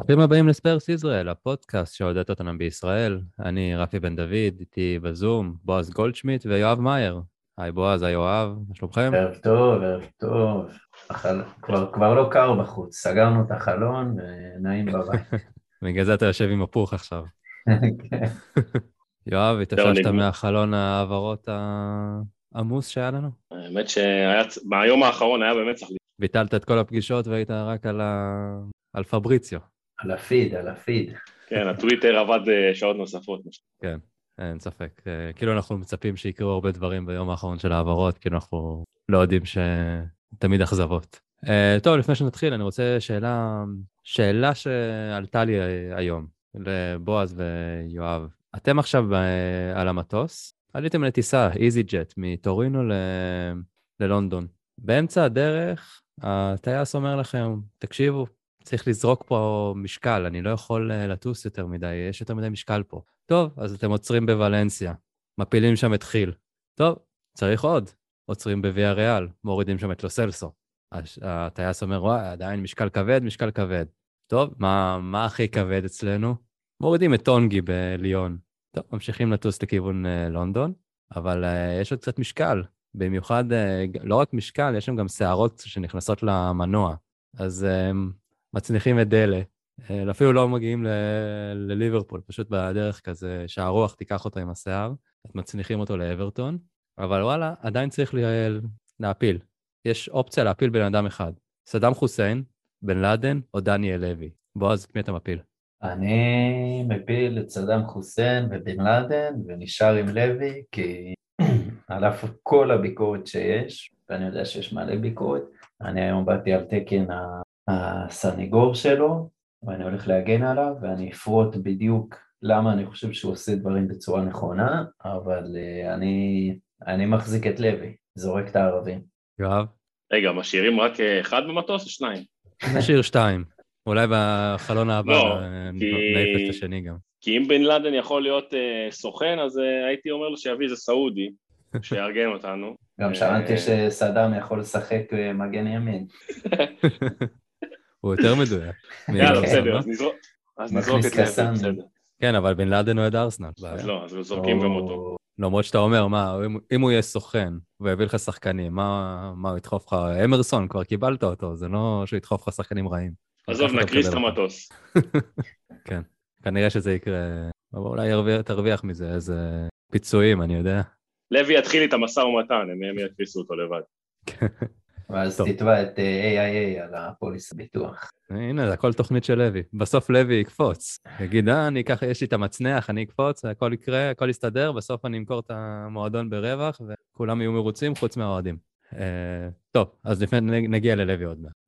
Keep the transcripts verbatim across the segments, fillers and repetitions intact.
ברוכים הבאים לספרס ישראל, הפודקאסט שעודד אותנו בישראל. אני רפי בן דוד, איתי בזום, בועז גולדשמיט ויואב מאייר. היי בועז, היי יואב, מה שלומכם? ערב טוב, ערב טוב. החל... כבר, כבר לא קר בחוץ, סגרנו את החלון ונעים בבית. בגלל זה אתה יושב עם הפוך עכשיו. כן. יואב, זהו, התאוששת נגמר. מהחלון העברות העמוס שהיה לנו? האמת שמהיום האחרון היה באמת צריך... ביטלת את כל הפגישות והיית רק על, ה... על פבריציו. על הפיד, על הפיד. כן, הטוויטר עבד אה, שעות נוספות. כן, אין ספק. אה, כאילו אנחנו מצפים שיקרו הרבה דברים ביום האחרון של העברות, כאילו אנחנו לא יודעים שתמיד אכזבות. אה, טוב, לפני שנתחיל, אני רוצה שאלה, שאלה שעלתה לי היום, לבועז ויואב. אתם עכשיו אה, על המטוס, עליתם לטיסה, איזי ג'ט, מטורינו ל... ללונדון. באמצע הדרך, הטייס אומר לכם, תקשיבו, צריך לזרוק פה משקל, אני לא יכול לטוס יותר מדי, יש יותר מדי משקל פה. טוב, אז אתם עוצרים בוולנסיה, מפילים שם את חיל. טוב, צריך עוד. עוצרים בוויה ריאל, מורידים שם את לוסלסו. הטייס אומר, וואי, עדיין משקל כבד, משקל כבד. טוב, מה, מה הכי כבד אצלנו? מורידים את טונגי בליון. טוב, ממשיכים לטוס לכיוון לונדון, אבל uh, יש עוד קצת משקל. במיוחד, uh, לא רק משקל, יש שם גם שערות שנכנסות למנוע. אז uh, מצניחים את דלה. Uh, אפילו לא מגיעים ל- לליברפול, פשוט בדרך כזה שהרוח תיקח אותו עם השיער, אז מצניחים אותו לאברטון, אבל וואלה, עדיין צריך לה- להפיל. יש אופציה להפיל בן אדם אחד. סדאם חוסיין, בן לאדן או דניאל לוי. בועז, מי אתה מפיל? אני מפיל את סדאם חוסיין ובן לאדן ונשאר עם לוי, כי על אף כל הביקורת שיש, ואני יודע שיש מלא ביקורת, אני היום באתי על תקן הסניגור שלו, ואני הולך להגן עליו, ואני אפרוט בדיוק למה אני חושב שהוא עושה דברים בצורה נכונה, אבל uh, אני, אני מחזיק את לוי, זורק את הערבים. יואב? רגע, משאירים רק אחד במטוס או שניים? נשאיר שתיים. אולי בחלון הבא לא, כי... נעיף את השני גם. כי אם בן לאדן יכול להיות uh, סוכן, אז uh, הייתי אומר לו שיביא איזה סעודי, שיארגן אותנו. גם שמעתי שסדאם יכול לשחק מגן ימין. הוא יותר מדויק. יאללה, בסדר, אז נזרוק את לוי, בסדר. כן, אבל בן לאדן אוהד ארסנל. אז לא, אז זורקים גם אותו. למרות שאתה אומר, מה, אם הוא יהיה סוכן, הוא יביא לך שחקנים, מה הוא ידחוף לך? אמרסון, כבר קיבלת אותו, זה לא שהוא ידחוף לך שחקנים רעים. עזוב, נקריס את המטוס. כן, כנראה שזה יקרה, אבל אולי תרוויח מזה איזה פיצויים, אני יודע. לוי יתחיל את המשא ומתן, הם יקריסו אותו לבד. ואז תתבע את איי איי איי על הפוליס הביטוח. הנה, זה הכל תוכנית של לוי. בסוף לוי יקפוץ. יגיד, אה, אני ככה, יש לי את המצנח, אני אקפוץ, הכל יקרה, הכל יסתדר, בסוף אני אמכור את המועדון ברווח, וכולם יהיו מרוצים חוץ מהאוהדים. טוב, אז לפני נגיע ללוי עוד מעט.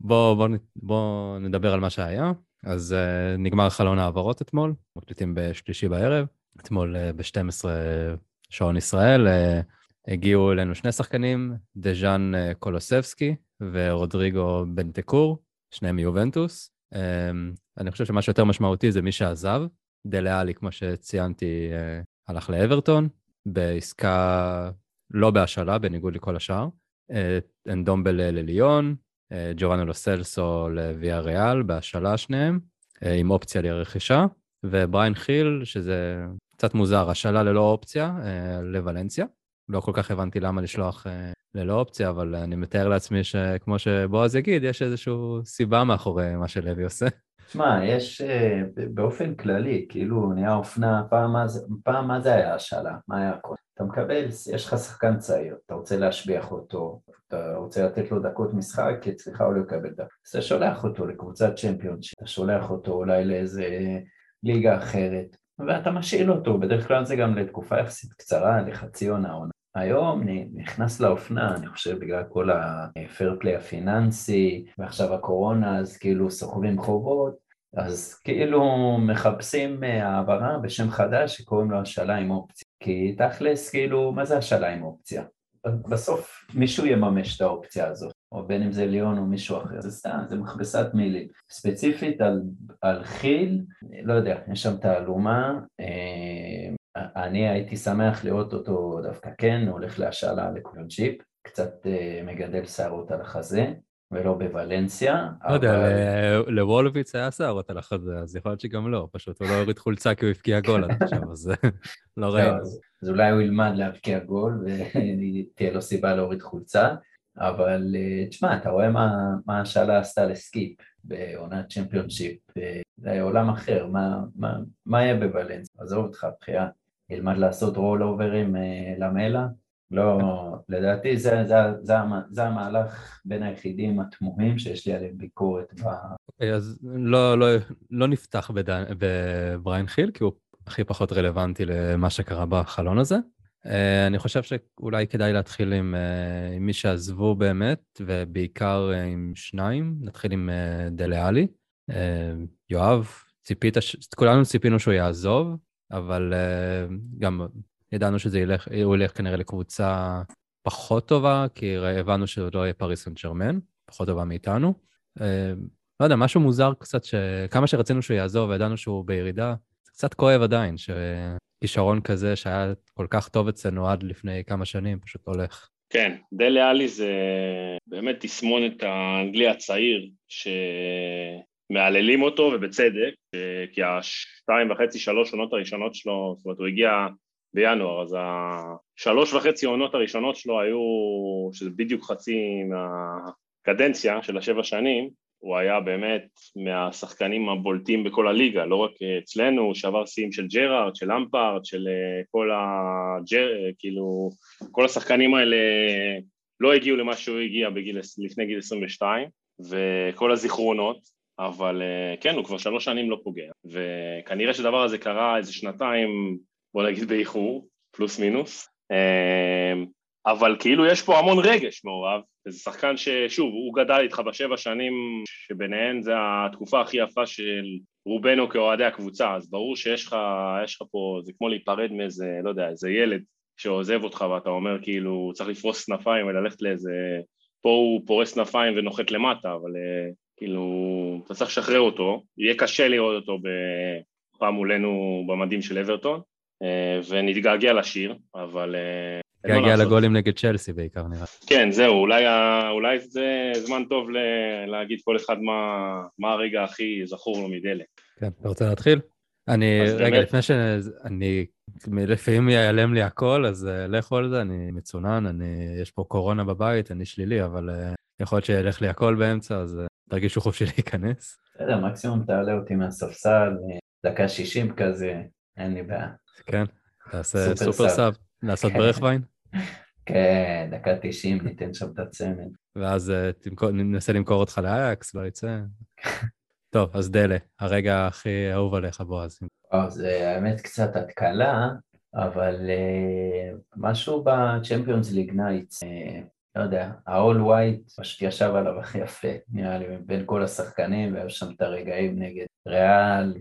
בואו נדבר על מה שהיה. אז נגמר חלון העברות אתמול, מקליטים בשלישי בערב. אתמול ב-שתים עשרה שעון ישראל, הגיעו אלינו שני שחקנים, דז'אן קולוסבסקי ורודריגו בנטקור, שניהם מיובנטוס. אני חושב שמה שיותר משמעותי זה מי שעזב. דלה אלי, כמו שציינתי, הלך לאברטון, בעסקה לא בהשאלה, בניגוד לכל השאר. אנדומבל לליון, ג'ובאני לו סלסו לוויה ריאל, בהשאלה שניהם, עם אופציה לרכישה, ובריין חיל, שזה קצת מוזר, השאלה ללא אופציה, לוולנסיה. לא כל כך הבנתי למה לשלוח אה, ללא אופציה, אבל אני מתאר לעצמי שכמו שבועז יגיד, יש איזושהי סיבה מאחורי מה שלוי עושה. תשמע, יש אה, באופן כללי, כאילו נהיה אופנה, פעם מה, פעם מה זה היה השאלה, מה היה הכל? אתה מקבל, יש לך שחקן צעיר, אתה רוצה להשביח אותו, אתה רוצה לתת לו דקות משחק, כי צריכה הוא לקבל דקות. אז אתה שולח אותו לקבוצת צ'מפיונשיפ, אתה שולח אותו אולי לאיזה ליגה אחרת, ואתה משאיל אותו, בדרך כלל זה גם לתקופה יחסית קצרה, לחצי עונה עונה. היום נכנס לאופנה, אני חושב בגלל כל הפייר פליי הפיננסי, ועכשיו הקורונה, אז כאילו סוחבים חובות, אז כאילו מחפשים העברה בשם חדש שקוראים לו השאלה עם אופציה. כי תכלס, כאילו, מה זה השאלה עם אופציה? בסוף מישהו יממש את האופציה הזאת, או בין אם זה ליון או מישהו אחר, זה סתם, זה מכבסת מילים. ספציפית על, על חיל, לא יודע, יש שם תעלומה, אה, אני הייתי שמח לראות אותו דווקא כן, הוא הולך להשאלה לקוונצ'יפ, קצת אה, מגדל שערות על החזה, ולא בוולנסיה. לא יודע, אבל... לוולוביץ היה שערות על החזה, אז יכול להיות שגם לא, פשוט הוא לא הוריד חולצה כי הוא הבקיע גול עד עכשיו, אז לא ראינו. אז אולי הוא ילמד להבקיע גול ותהיה לו סיבה להוריד חולצה, אבל תשמע, אתה רואה מה השאלה עשתה לסקיפ בעונת צ'מפיונשיפ, זה היה עולם אחר, מה יהיה בוולנסיה? עזוב אותך, בחייה, ילמד לעשות רול אוברים למלה? לא, לדעתי זה, זה, זה, זה המהלך בין היחידים התמוהים שיש לי עליהם ביקורת. ב... אז לא, לא, לא נפתח בדן, בבריין חיל, כי הוא הכי פחות רלוונטי למה שקרה בחלון הזה. אני חושב שאולי כדאי להתחיל עם, עם מי שעזבו באמת, ובעיקר עם שניים. נתחיל עם דלה עלי. יואב, ציפית, כולנו ציפינו שהוא יעזוב, אבל גם ידענו שזה ילך, הוא ילך כנראה לקבוצה פחות טובה, כי הבנו שזה לא יהיה פריס סן ז'רמן, פחות טובה מאיתנו. לא יודע, משהו מוזר קצת, שכמה שרצינו שהוא יעזוב, וידענו שהוא בירידה, זה קצת כואב עדיין, שכישרון כזה שהיה כל כך טוב אצלנו עד לפני כמה שנים, פשוט הולך. כן, דלה עלי זה באמת תסמונת האנגלי הצעיר, שמעללים אותו, ובצדק, כי השתיים וחצי, שלוש עונות הראשונות שלו, זאת אומרת, הוא הגיע בינואר, אז השלוש וחצי עונות הראשונות שלו היו, שזה בדיוק חצי מהקדנציה של השבע שנים, הוא היה באמת מהשחקנים הבולטים בכל הליגה, לא רק אצלנו, הוא שבר שיאים של ג'רארד, של אמפארד, של כל הג'ר, כאילו, כל השחקנים האלה לא הגיעו למה שהוא הגיע בגיל, לפני גיל עשרים ושתיים, וכל הזיכרונות, אבל כן, הוא כבר שלוש שנים לא פוגע, וכנראה שדבר הזה קרה איזה שנתיים, בוא נגיד באיחור, פלוס מינוס, אבל כאילו יש פה המון רגש מעורב, וזה שחקן ששוב, הוא גדל איתך בשבע שנים, שביניהן זה התקופה הכי יפה של רובנו כאוהדי הקבוצה, אז ברור שיש לך, יש לך פה, זה כמו להיפרד מאיזה, לא יודע, איזה ילד שעוזב אותך, ואתה אומר כאילו, צריך לפרוס סנפיים וללכת לאיזה, פה הוא פורס סנפיים ונוחת למטה, אבל כאילו, אתה צריך לשחרר אותו, יהיה קשה לראות אותו בפעם מולנו במדים של אברטון, ונתגעגע לשיר, אבל... געגע לגולים נגד צ'לסי בעיקר נראה. כן, זהו, אולי, אולי זה זמן טוב להגיד כל אחד מה, מה הרגע הכי זכור לו מדלה. כן, אתה רוצה להתחיל? אני, רגע, באמת... לפני שאני, לפעמים ייעלם לי הכל, אז לכו על זה, אני מצונן, אני, יש פה קורונה בבית, אני שלילי, אבל יכול להיות שילך לי הכל באמצע, אז תרגישו חופשי להיכנס. בסדר, מקסימום תעלה אותי מהספסל, דקה שישים כזה, אין לי בעיה. כן, תעשה סופר סאב, לעשות ברך ויין? כן, דקה תשעים, ניתן שם את הצמד. ואז ננסה למכור אותך לאייקס, לא יצא. טוב, אז דלה, הרגע הכי אהוב עליך, בועז. זה האמת קצת התקלה, אבל משהו בצ'מפיונס ליג נייטס, לא יודע, ה-all white פשוט ישב עליו הכי יפה, נראה לי, בין כל השחקנים, והיו שם את הרגעים נגד ריאל,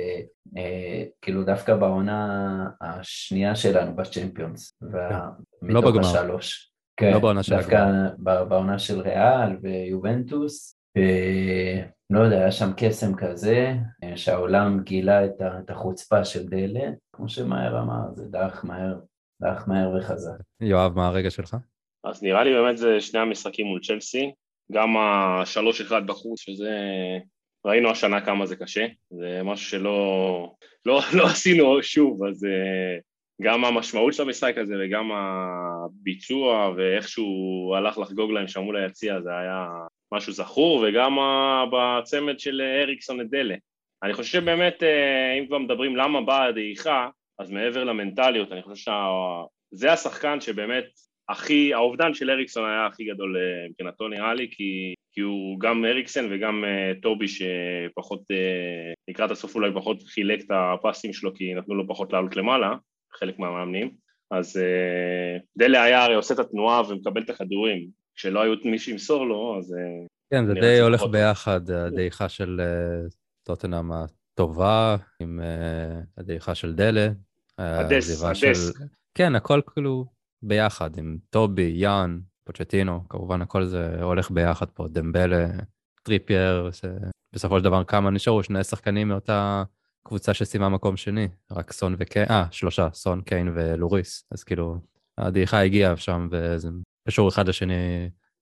וכאילו דווקא בעונה השנייה שלנו בצ'מפיונס, ומתוך השלוש. לא בעונה של דווקא בעונה של ריאל ויובנטוס, לא יודע, היה שם קסם כזה, שהעולם גילה את החוצפה של דלה, כמו שמאיר אמר, זה דרך מהר, דרך מהר וחזק. יואב, מה הרגע שלך? אז נראה לי באמת זה שני המשחקים מול צ'לסי, גם השלוש אחד בחוץ, שזה, ראינו השנה כמה זה קשה, זה משהו שלא לא, לא עשינו שוב, אז גם המשמעות של המשחק הזה וגם הביצוע ואיך שהוא הלך לחגוג להם שם מול היציע, זה היה משהו זכור, וגם בצמד של אריקסון את דלה. אני חושב שבאמת, אם כבר מדברים למה באה הדעיכה, אז מעבר למנטליות, אני חושב שזה השחקן שבאמת, הכי, האובדן של אריקסון היה הכי גדול מבחינתו נראה לי, כי, כי הוא גם אריקסן וגם uh, טובי שפחות, uh, לקראת הסוף אולי פחות חילק את הפסים שלו, כי נתנו לו פחות לעלות למעלה, חלק מהמאמנים, אז uh, דלה היה הרי עושה את התנועה ומקבל את הכדורים, כשלא היו מי שימסור לו, אז... Uh, כן, זה די הולך ביחד, הדעיכה של uh, טוטנהאם הטובה, עם uh, הדעיכה של דלה. הדס, הדס. של... כן, הכל כאילו... ביחד עם טובי, יאן, פוצ'טינו, כמובן הכל זה הולך ביחד פה, דמבלה, טריפייר, בסופו של דבר כמה נשארו, שני שחקנים מאותה קבוצה שסיימה מקום שני, רק סון וקיין, אה, שלושה, סון, קיין ולוריס, אז כאילו, הדעיכה הגיעה שם, וזה קשור אחד לשני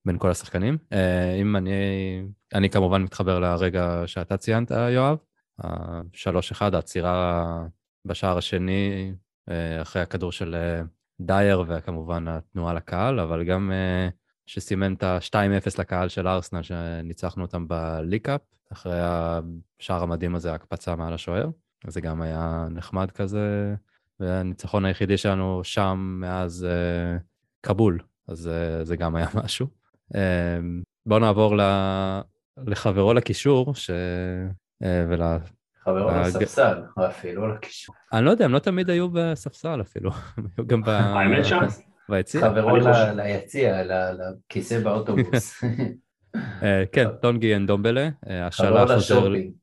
בין כל השחקנים. אם אני, אני כמובן מתחבר לרגע שאתה ציינת, יואב, שלוש אחד, העצירה בשער השני, אחרי הכדור של דייר, וכמובן התנועה לקהל, אבל גם שסימן את ה-שתיים אפס לקהל של ארסנל, שניצחנו אותם בליקאפ, אחרי השער המדהים הזה, הקפצה מעל השוער, אז זה גם היה נחמד כזה, והניצחון היחידי שלנו שם מאז קבול, אז זה גם היה משהו. בואו נעבור לחברו לקישור, ש... ול... חברו לספסל, אפילו לא לקישור. אני לא יודע, הם לא תמיד היו בספסל אפילו, הם היו גם ביציע. חברו ליציע, לכיסא באוטובוס. כן, טונגי אנדומבלה, חברו לשופינג.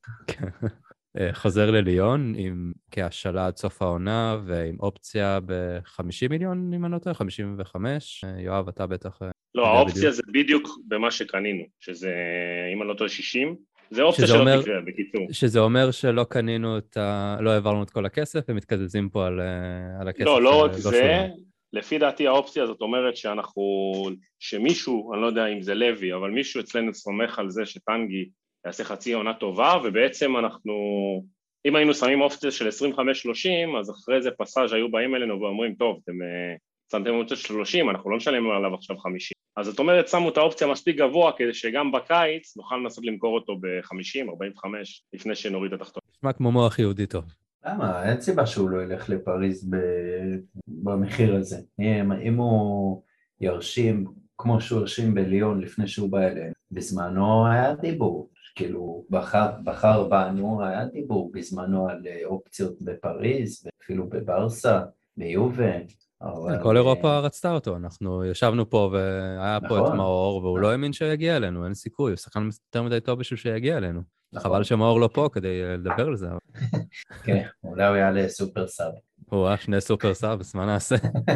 חוזר לליון עם כהשאלה עד סוף העונה ועם אופציה ב-חמישים מיליון, אם אני לא טועה, חמישים וחמש. יואב, אתה בטח... לא, האופציה זה בדיוק במה שקנינו, שזה, אם אני לא טועה, שישים. זה אופציה שלא אומר, תקרה, בקיצור. שזה אומר שלא קנינו את ה... לא העברנו את כל הכסף, ומתקזזים פה על, על הכסף. לא, לא רק זה. לפי דעתי האופציה הזאת אומרת שאנחנו, שמישהו, אני לא יודע אם זה לוי, אבל מישהו אצלנו סומך על זה שטנגי יעשה חצי עונה טובה, ובעצם אנחנו, אם היינו שמים אופציה של עשרים וחמש שלושים, אז אחרי זה פסאז' היו באים אלינו ואומרים, טוב, אתם שמתם אופציה של שלושים, אנחנו לא נשלם עליו עכשיו חמישים. אז זאת אומרת, שמו את האופציה מספיק גבוה, כדי שגם בקיץ נוכל לנסות למכור אותו ב-חמישים, ארבעים וחמש, לפני שנוריד את התחתון. נשמע כמו מוח יהודי טוב. למה? אין סיבה שהוא לא ילך לפריז במחיר הזה. אם הוא ירשים, כמו שהוא ירשים בליון לפני שהוא בא אליהם, בזמנו היה דיבור, כאילו בחר, בחר בנו, היה דיבור בזמנו על אופציות בפריז, ואפילו בברסה, ביובה. כל אירופה רצתה אותו, אנחנו ישבנו פה והיה פה את מאור, והוא לא האמין שיגיע אלינו, אין סיכוי, הוא שחקן יותר מדי טוב בשביל שיגיע אלינו. חבל שמאור לא פה כדי לדבר על זה. כן, אולי הוא יעלה סופר סאב. הוא היה שני סופר סאב, אז מה נעשה?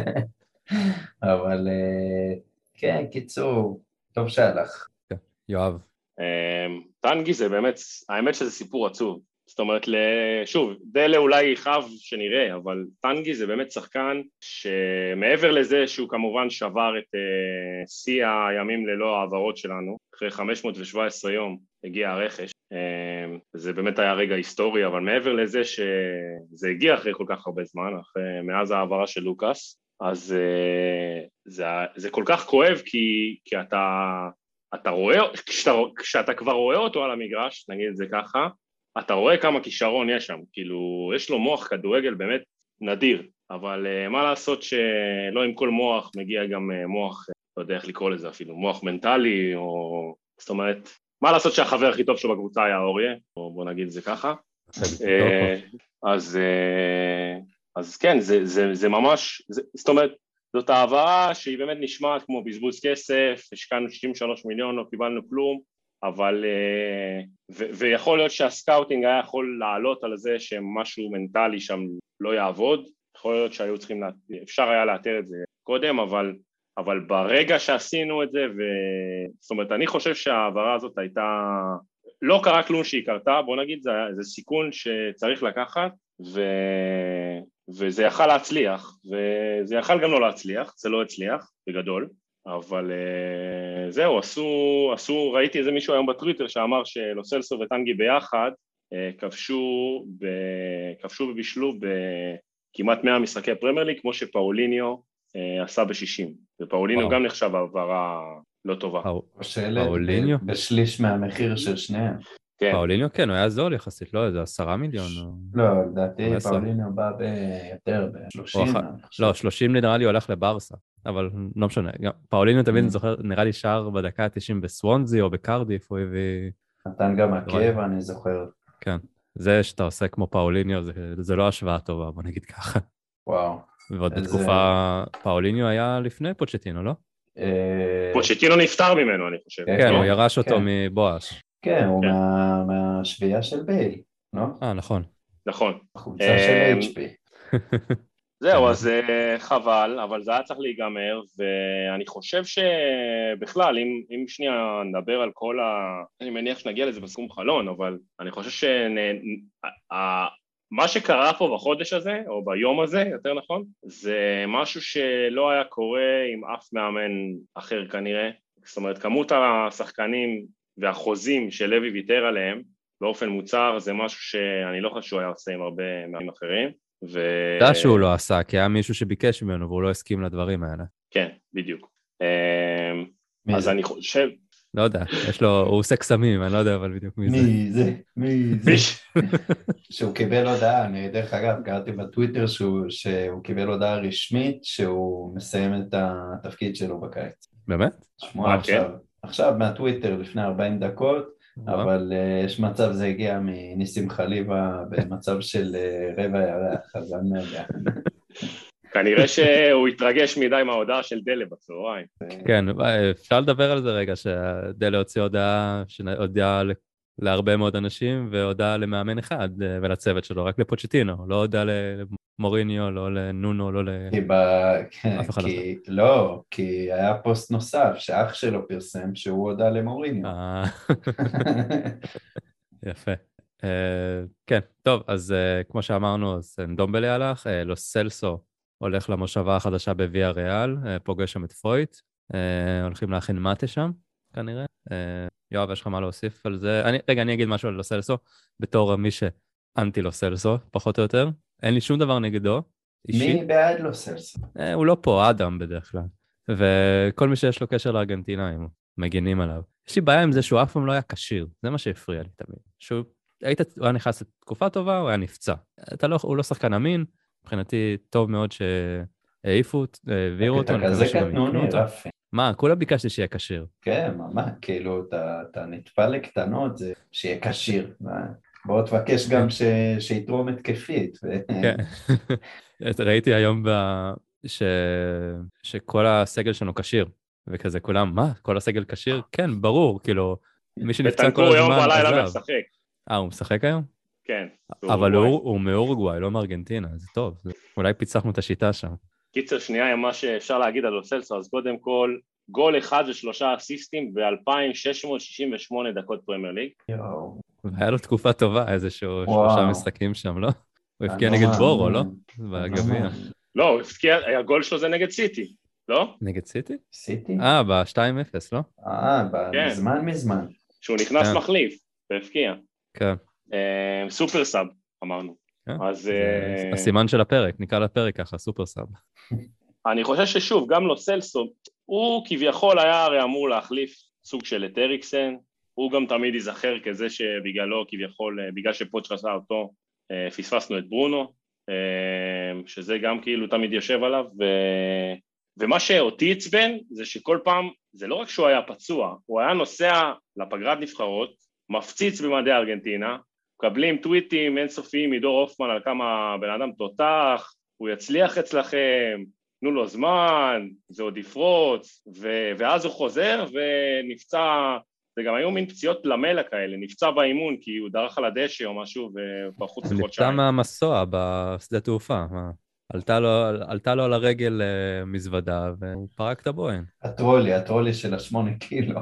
אבל כן, קיצור, טוב שהלך. יואב. טנגי זה באמת, האמת שזה סיפור עצוב. זאת אומרת, שוב, דלה אולי יכאב שנראה, אבל טנגי זה באמת שחקן שמעבר לזה שהוא כמובן שבר את שיא הימים ללא העברות שלנו, אחרי חמש מאות שבע עשרה יום הגיע הרכש, זה באמת היה רגע היסטורי, אבל מעבר לזה שזה הגיע אחרי כל כך הרבה זמן, אחרי, מאז העברה של לוקאס, אז זה, זה כל כך כואב כי, כי אתה, אתה רואה, כשאתה, כשאתה כבר רואה אותו על המגרש, נגיד את זה ככה, אתה רואה כמה כישרון יש שם, כאילו יש לו מוח כדורגל באמת נדיר, אבל uh, מה לעשות שלא עם כל מוח מגיע גם uh, מוח, לא יודע איך לקרוא לזה אפילו, מוח מנטלי, או זאת אומרת, מה לעשות שהחבר הכי טוב שלו בקבוצה היה אוריה, או בוא נגיד את זה ככה, uh, אז, uh, אז כן, זה, זה, זה ממש, זה, זאת אומרת, זאת העברה שהיא באמת נשמעת כמו בזבוז כסף, השקענו שישים ושלושה מיליון, לא קיבלנו כלום, אבל, ו- ויכול להיות שהסקאוטינג היה יכול לעלות על זה שמשהו מנטלי שם לא יעבוד, יכול להיות שהיו צריכים, לה... אפשר היה לאתר את זה קודם, אבל, אבל ברגע שעשינו את זה, ו... זאת אומרת, אני חושב שהעברה הזאת הייתה, לא קרה כלום שהיא קרתה, בוא נגיד, זה, זה סיכון שצריך לקחת, ו... וזה יכל להצליח, וזה יכל גם לא להצליח, זה לא הצליח, בגדול, אבל uh, זהו, עשו, עשו, ראיתי איזה מישהו היום בטוויטר שאמר שלוסלסו וטנגי ביחד uh, כבשו, ב, כבשו ובישלו בכמעט מאה משחקי פרמייר ליג, כמו שפאוליניו uh, עשה ב-שישים, ופאוליניו גם נחשב העברה לא טובה. פאוליניו? בשליש מהמחיר של שניהם. כן. פאוליניו כן, הוא היה זול יחסית, לא, זה עשרה מיליון. לא, לדעתי פאוליניו בא ביותר, ב-שלושים. לא, שלושים נראה לי הולך לברסה, אבל לא משנה. פאוליניו תמיד זוכר, נראה לי שער בדקה ה-תשעים בסוונזי או בקרדיף, הוא הביא... נתן גם עקב, אני זוכר. כן, זה שאתה עושה כמו פאוליניו, זה לא השוואה טובה, בוא נגיד ככה. וואו. ועוד בתקופה, פאוליניו היה לפני פוצ'טינו, לא? פוצ'טינו נפטר ממנו, אני חושב. כן, הוא ירש אותו מבואש. כן, הוא מהשביעה של בייל, לא? אה, נכון. נכון. חולצה של אייץ' פי. זהו, אז חבל, אבל זה היה צריך להיגמר, ואני חושב שבכלל, אם, אם שנייה נדבר על כל ה... אני מניח שנגיע לזה בסכום חלון, אבל אני חושב שמה שקרה פה בחודש הזה, או ביום הזה, יותר נכון, זה משהו שלא היה קורה עם אף מאמן אחר כנראה, זאת אומרת, כמות השחקנים והחוזים שלוי ויתר עליהם, באופן מוצר, זה משהו שאני לא חושב שהוא היה עושה עם הרבה מאמנים אחרים. ו... אתה שהוא לא עשה, כי היה מישהו שביקש ממנו, והוא לא הסכים לדברים האלה. כן, בדיוק. אז זה? אני חושב... לא יודע, יש לו, הוא עושה קסמים, אני לא יודע, אבל בדיוק מי זה. מי זה? מי זה? שהוא קיבל הודעה, אני דרך אגב, קראתי בטוויטר שהוא, שהוא קיבל הודעה רשמית, שהוא מסיים את התפקיד שלו בקיץ. באמת? שמוע עכשיו, עכשיו מהטוויטר לפני ארבעים דקות, אבל uh, יש מצב זה הגיע מניסים חליבה במצב של uh, רבע ירח, אז אני לא יודע. כנראה שהוא התרגש מדי מההודעה של דלה בצהריים. כן, אפשר לדבר על זה רגע, שדלה הוציא הודעה, הודעה להרבה מאוד אנשים, והודעה למאמן אחד ולצוות שלו, רק לפוצ'טינו, לא הודעה למוריניו, לא לנונו, לא לאף אחד אחר. לא, כי היה פוסט נוסף שאח שלו פרסם שהוא הודעה למוריניו. יפה. כן, טוב, אז כמו שאמרנו, דומבלי הלך, לו סלסו, הולך למושבה החדשה בוויה ריאל, פוגש שם את פרויט, הולכים להכין מטה שם, כנראה. יואב, יש לך מה להוסיף על זה? אני, רגע, אני אגיד משהו על לוסלסו, בתור מי שאנטי לוסלסו, פחות או יותר. אין לי שום דבר נגדו. אישי. מי בעד לוסלסו? הוא לא פה, אדם בדרך כלל. וכל מי שיש לו קשר לארגנטינאים, מגינים עליו. יש לי בעיה עם זה שהוא אף פעם לא היה קשיר, זה מה שהפריע לי תמיד. שהוא היית, הוא היה נכנס לתקופה טובה, הוא היה נפצע. אתה לא, הוא לא שחקן אמין, מבחינתי טוב מאוד שהעיפו, העבירו אותו. אתה כזה קטנוני, רפי. מה, כולה ביקשתי שיהיה קשיר. כן, ממש, כאילו, אתה נטפל לקטנות, זה שיהיה קשיר. בוא תבקש גם שיתרום התקפית. כן. ראיתי היום שכל הסגל שלנו קשיר, וכזה כולם, מה, כל הסגל קשיר? כן, ברור, כאילו, מי שנפצע כל הזמן, בטנקור יום בלילה משחק. אה, הוא משחק היום? כן. אבל הוא מאורוגוואי, לא מארגנטינה, זה טוב. אולי פיצחנו את השיטה שם. קיצר שנייה, מה שאפשר להגיד על לוסלסו, אז קודם כל, גול אחד ושלושה אסיסטים ב-אלפיים שש מאות שישים ושמונה דקות פרמייר ליג. והיה לו תקופה טובה, איזשהו שלושה משחקים שם, לא? הוא הפקיע נגד בורו, לא? בגביע. לא, הוא הפקיע, הגול שלו זה נגד סיטי, לא? נגד סיטי? סיטי? אה, ב-שתיים אפס, לא? אה, מזמן מזמן. שהוא נכנס מחליף, והפקיע. כן. סופר סאב, אמרנו. אז... הסימן של הפרק, נקרא לפרק ככה, סופר סאב. אני חושב ששוב, גם לוסלסו, הוא כביכול היה הרי אמור להחליף סוג של את אריקסן, הוא גם תמיד ייזכר כזה שבגללו כביכול, בגלל שפוטש עשה אותו, פספסנו את ברונו, שזה גם כאילו תמיד יושב עליו, ו... ומה שאותי עצבן זה שכל פעם, זה לא רק שהוא היה פצוע, הוא היה נוסע לפגרת נבחרות, מפציץ במדי ארגנטינה, מקבלים טוויטים אינסופיים מדור אופמן על כמה בן אדם תותח, הוא יצליח אצלכם, תנו לו זמן, זה עוד יפרוץ, ו- ואז הוא חוזר ונפצע, זה גם היו מין פציעות למלה כאלה, נפצע באימון כי הוא דרך על הדשא או משהו ובחוץ לחודשיים. נפצע מהמסוע בשדה תעופה, עלתה לו, עלתה לו על הרגל מזוודה והוא פרק את הבוהן. הטרולי, הטרולי של השמונה קילו.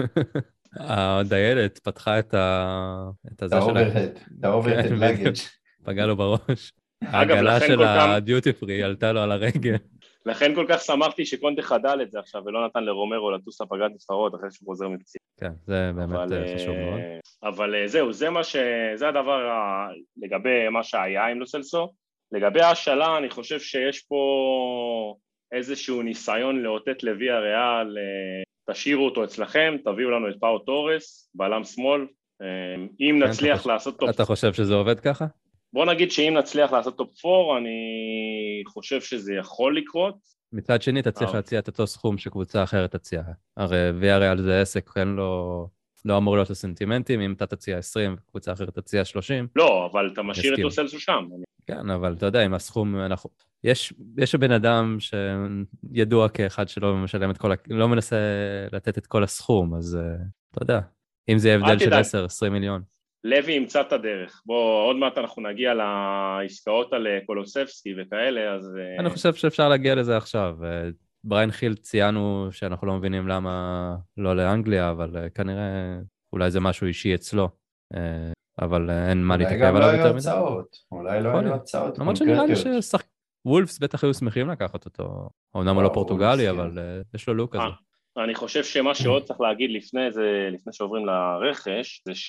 הדיילת פתחה את ה... את האוברהד, את האוברהד לגאג'. פגע לו בראש. העגלה של הדיוטי פרי עלתה לו על הרגל. לכן כל כך שמחתי שקונטה חדל את זה עכשיו, ולא נתן לרומרו לטוס לפגרת נבחרות אחרי שהוא חוזר מפציעה. כן, זה באמת חשוב מאוד. אבל זהו, זה מה ש... זה הדבר לגבי מה שהיה עם לוסלסו. לגבי ההשאלה, אני חושב שיש פה איזשהו ניסיון לאותת לוויה ריאל, תשאירו אותו אצלכם, תביאו לנו את פאו טורס, בעלם שמאל, אם נצליח לעשות טופ... אתה חושב שזה עובד ככה? בוא נגיד שאם נצליח לעשות טופ פור, אני חושב שזה יכול לקרות. מצד שני, תצליח להציע את אותו סכום שקבוצה אחרת תציע. הרי ויה ריאל זה עסק, כן לא... לא אמור להיות לסנטימנטים, אם אתה תציע עשרים, קבוצה אחרת תציע שלושים. לא, אבל אתה משאיר את לוסלסו שם. כן, אבל אתה יודע, עם הסכום, אנחנו... יש, יש בן אדם שידוע כאחד שלא משלם את כל, לא מנסה לתת את כל הסכום, אז אתה יודע, אם זה הבדל של עשר עשרים מיליון. לוי ימצא את הדרך. בוא, עוד מעט אנחנו נגיע לעסקאות על קולוספסקי וכאלה, אז... אני חושב שאפשר להגיע לזה עכשיו. בריין חיל ציינו שאנחנו לא מבינים למה לא לאנגליה, אבל כנראה אולי זה משהו אישי אצלו, אבל אין מה להתעכב עליו יותר מדי. אולי לא היו הצעות קונקרטיות. למרות שנראה לי שוולפס בטח היו שמחים לקחת אותו, אמנם הוא לא פורטוגלי, אבל יש לו לוק כזה. אני חושב שמה שעוד צריך להגיד לפני זה, לפני שעוברים לרכש, זה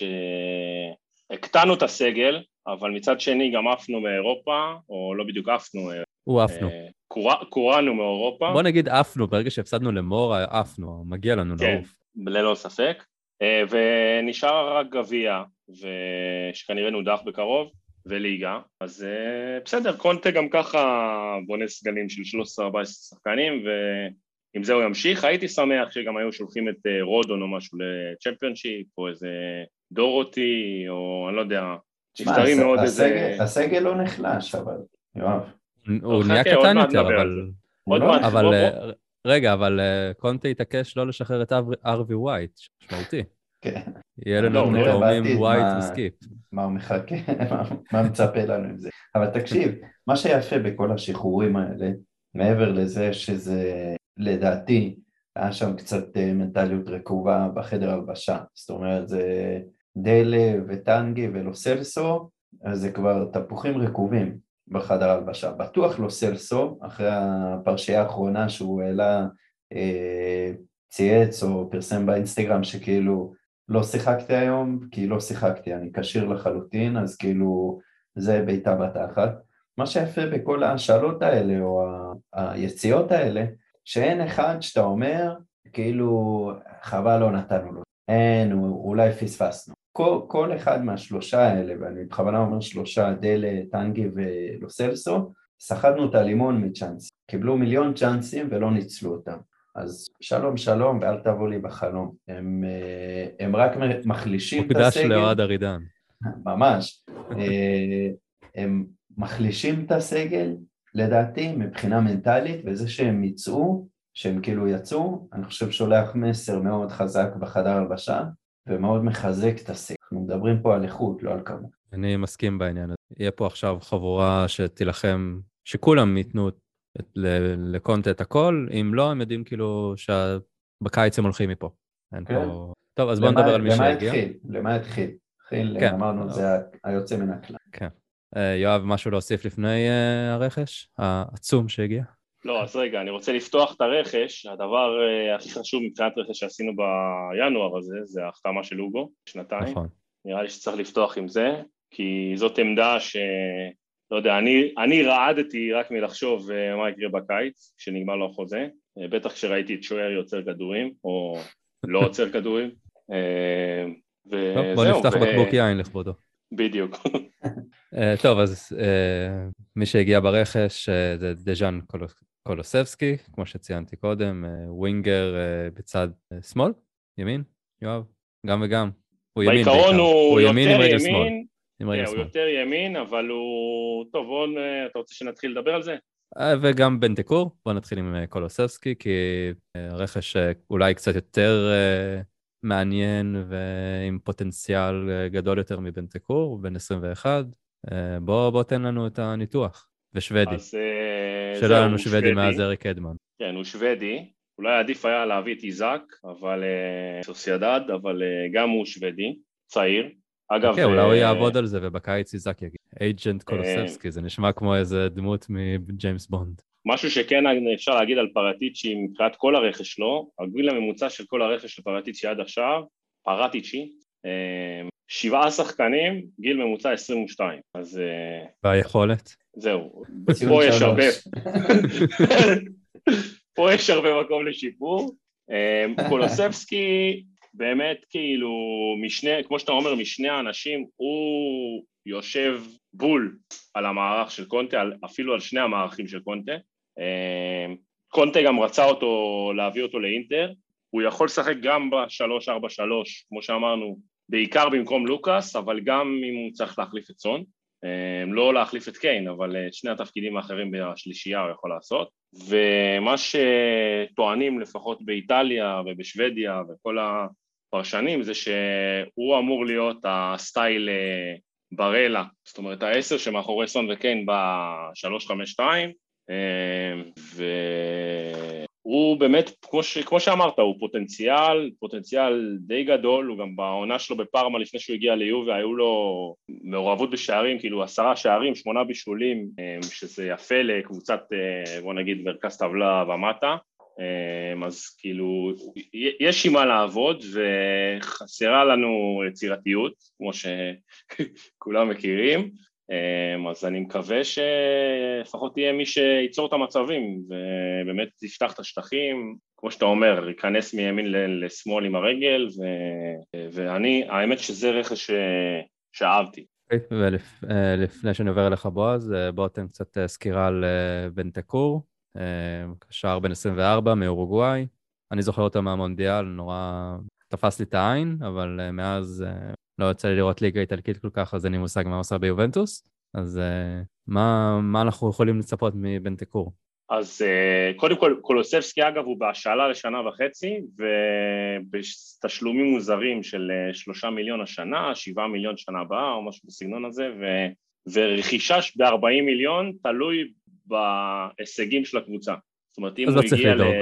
שהקטנו את הסגל, אבל מצד שני גם עפנו מאירופה, או לא בדיוק עפנו. הוא עפנו. קורנו מאירופה. בוא נגיד עפנו, ברגע שהפסדנו למורה, עפנו, מגיע לנו לעוף. כן, ללא ספק. ונשאר רק גביע, שכנראה נודח בקרוב, וליגה. אז בסדר, קונטה גם ככה בונה סגלים של שלוש עשרה ארבע עשרה שחקנים, ועם זה הוא ימשיך. הייתי שמח שגם היו שולחים את רודון או משהו לצ'מפיונשיפ, או איזה דורותי, או אני לא יודע, נפטרים מאוד איזה... הסגל לא נחלש, אבל יואב. הוא נהיה קטן יותר, אבל... עוד מעט. אבל רגע, אבל קונטה יתעקש לא לשחרר את ארווי ווייט, משמעותי. כן. יהיה לנו תאומים ווייט וסקיפ. מה הוא מחכה, מה מצפה לנו עם זה. אבל תקשיב, מה שיפה בכל השחרורים האלה, מעבר לזה שזה, לדעתי, היה שם קצת מנטליות רקובה בחדר הלבשה. זאת אומרת, זה דלה וטנגי ולו סלסו, אז זה כבר תפוחים רקובים בחדר הלבשה. בטוח לא סלסו, אחרי הפרשייה האחרונה שהוא העלה אה, צייץ או פרסם באינסטגרם שכאילו לא שיחקתי היום, כי לא שיחקתי, אני קשיר לחלוטין, אז כאילו זה ביתה בתחת. מה שיפה בכל השאלות האלה או היציאות האלה, שאין אחד שאתה אומר, כאילו חבל לא נתנו לו, אין, אולי פספסנו. כל, כל אחד מהשלושה האלה, ואני בכוונה אומר שלושה, דלה, טנגי ולוסלסו, שחדנו את הלימון מצ'אנס. קיבלו מיליון צ'אנסים ולא ניצלו אותם. אז שלום שלום ואל תבוא לי בחלום. הם, הם רק מחלישים את הסגל. מוקדש לאוהד ארידן. ממש. הם מחלישים את הסגל, לדעתי, מבחינה מנטלית, וזה שהם יצאו, שהם כאילו יצאו, אני חושב שולח מסר מאוד חזק בחדר הלבשה, ומאוד מחזק את הסגל. אנחנו מדברים פה על איכות, לא על כמות. אני מסכים בעניין הזה. יהיה פה עכשיו חבורה שתילחם, שכולם ייתנו לקונטה את הכל, אם לא, הם יודעים כאילו שבקיץ הם הולכים מפה. טוב, אז בואו נדבר על מי שהגיע. למה התחיל? התחיל, אמרנו, זה היוצא מן הכלל. כן. יואב, משהו להוסיף לפני הרכש? העצום שהגיע? לא, אז רגע, אני רוצה לפתוח את הרכש. הדבר הכי חשוב מבחינת רכש שעשינו בינואר הזה, זה ההחתמה של אוגו, שנתיים. נכון. נראה לי שצריך לפתוח עם זה, כי זאת עמדה ש... לא יודע, אני, אני רעדתי רק מלחשוב מה יקרה בקיץ, כשנגמר לו החוזה. בטח כשראיתי את שוער יוצר כדורים, או לא יוצר כדורים. טוב, בוא נפתח בקבוק יין לכבודו. בדיוק. טוב, אז מי שהגיע ברכש זה דז'אן קולוסבסקי, כמו שציינתי קודם, ווינגר בצד שמאל, ימין, יואב, גם וגם. הוא ימין בעיקר. בעיקרון הוא יותר ימין, ימין, הוא יותר ימין, אבל הוא... טוב, רון, אתה רוצה שנתחיל לדבר על זה? וגם בנטקור, בוא נתחיל עם קולוסבסקי, כי רכש אולי קצת יותר מעניין ועם פוטנציאל גדול יותר מבנטקור, בן עשרים ואחת. בוא, בוא תן לנו את הניתוח. ושוודי. שלא היה לנו שוודי מאז אריק אדמן. כן, הוא שוודי. אולי עדיף היה להביא את איזק, אבל סוסיידד, אבל גם הוא שוודי, צעיר. אגב... כן, אולי הוא יעבוד על זה, ובקיץ איזק יגיד. אייג'נט קולוסבסקי, זה נשמע כמו איזה דמות מג'יימס בונד. משהו שכן אפשר להגיד על פרטיצ'י מבחינת כל הרכש שלו, הגיל הממוצע של כל הרכש של פרטיצ'י עד עכשיו, פרטיצ'י, שבעה שחקנים, גיל ממוצע עשרים ושתיים. אז... והיכולת? זהו, פה יש הרבה... פה יש הרבה מקום לשיפור. קולוסבסקי באמת כאילו משני, כמו שאתה אומר, משני האנשים, הוא יושב בול על המערך של קונטה, אפילו על שני המערכים של קונטה. קונטה גם רצה אותו, להביא אותו לאינטר, הוא יכול לשחק גם ב-שלוש ארבע שלוש, כמו שאמרנו, בעיקר במקום לוקאס, אבל גם אם הוא צריך להחליף את סון, לא להחליף את קיין, אבל את שני התפקידים האחרים בשלישייה הוא יכול לעשות. ומה שטוענים לפחות באיטליה ובשוודיה וכל הפרשנים, זה שהוא אמור להיות הסטייל ברלה, זאת אומרת העשר שמאחורי סון וקיין ב-שלוש חמש שתיים, והוא באמת, כמו, ש... כמו שאמרת, הוא פוטנציאל, פוטנציאל די גדול, הוא גם בעונה שלו בפארמה לפני שהוא הגיע ליובה, היו לו מעורבות בשערים, כאילו עשרה שערים, שמונה בישולים, שזה יפה לקבוצת, בוא נגיד, מרכז טבלה ומטה, אז כאילו, יש עם מה לעבוד, וחסרה לנו יצירתיות, כמו שכולם מכירים, אז אני מקווה שלפחות תהיה מי שיצור את המצבים, ובאמת יפתח את השטחים, כמו שאתה אומר, ייכנס מימין לשמאל עם הרגל, ואני, האמת שזה רכש שאהבתי. ולפני שאני עובר אליך בועז, בוא תן קצת סקירה על בנטקור, שער בן עשרים וארבע מאורוגוואי, אני זוכר אותו מהמונדיאל, נורא תפס לי את העין, אבל מאז לא יצא לי לראות ליגה איטלקית כל כך, אז אין לי מושג מה עושה ביובנטוס, אז מה, מה אנחנו יכולים לצפות מבנטקור? אז קודם כל, קולוסבסקי אגב הוא בהשאלה לשנה וחצי, ובתשלומים מוזרים של שלושה מיליון השנה, שבעה מיליון שנה הבאה, או משהו בסגנון הזה, ו... ורכישה ב-ארבעים מיליון תלוי בהישגים של הקבוצה. זאת אומרת, אם הוא הגיע ל...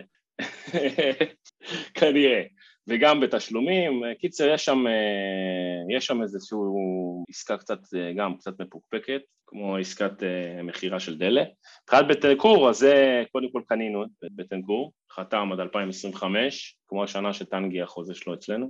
כנראה. וגם בתשלומים, קיצר, יש שם, יש שם איזשהו עסקה קצת, גם קצת מפוקפקת, כמו עסקת מחירה של דלה. תחילת בטנקור, אז זה קודם כל קנינו את בטנקור, חתם עד אלפיים עשרים וחמש, כמו השנה שטנגי החוזה שלו אצלנו.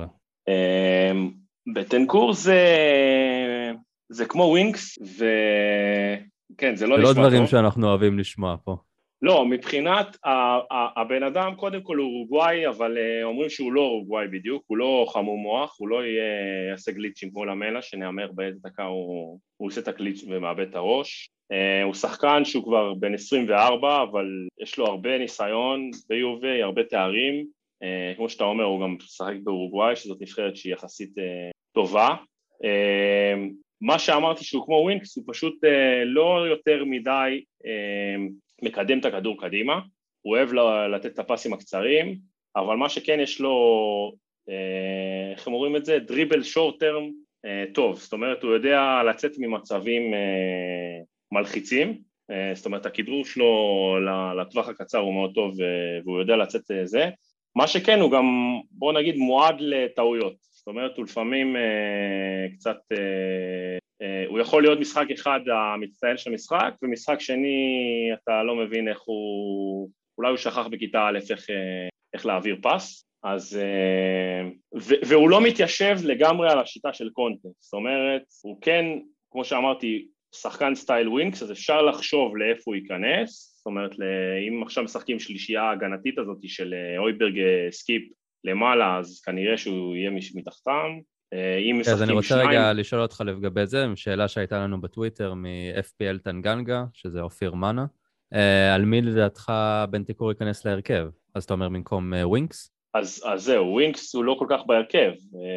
בטנקור זה, זה כמו ווינקס, וכן, זה לא נשמע טוב. זה לא דברים שאנחנו אוהבים לשמוע פה. לא, מבחינת הבן אדם, קודם כל הוא אורוגוואי, אבל אומרים שהוא לא אורוגוואי בדיוק, הוא לא חמום מוח, הוא לא יעשה גליצ'ים כמו למלה, שנאמר באיזה דקה הוא, הוא עושה את הגליץ' ומאבד את הראש. הוא שחקן שהוא כבר בן עשרים וארבע, אבל יש לו הרבה ניסיון ביובי, הרבה תארים, כמו שאתה אומר, הוא גם שחק באורוגוואי, שזאת נבחרת שהיא יחסית טובה. מה שאמרתי שהוא כמו ווינקס, הוא פשוט לא יותר מדי מקדם את הכדור קדימה, הוא אוהב לתת את הפסים הקצרים, אבל מה שכן יש לו, איך הם אומרים את זה? דריבל שורט טרם טוב, זאת אומרת הוא יודע לצאת ממצבים מלחיצים, זאת אומרת הכדרור שלו לטווח הקצר הוא מאוד טוב והוא יודע לצאת זה, מה שכן הוא גם בוא נגיד מועד לטעויות, זאת אומרת הוא לפעמים קצת, הוא יכול להיות משחק אחד המצטיין של המשחק, ומשחק שני אתה לא מבין איך הוא, אולי הוא שכח בכיתה א' איך, איך להעביר פס, אז, ו, והוא לא מתיישב לגמרי על השיטה של קונטה, זאת אומרת, הוא כן, כמו שאמרתי, שחקן סטייל ווינקס, אז אפשר לחשוב לאיפה הוא ייכנס, זאת אומרת, אם עכשיו משחקים שלישייה הגנתית הזאת של אויברג סקיפ למעלה, אז כנראה שהוא יהיה מתחתם, אז אני רוצה רגע לשאול אותך לגבי זה, שאלה שהייתה לנו בטוויטר מ-אף פי אל טנגנגה, שזה אופיר מנה, על מי לדעתך בנטקור ייכנס להרכב? אז אתה אומר במקום ווינקס? אז זהו, ווינקס הוא לא כל כך בהרכב.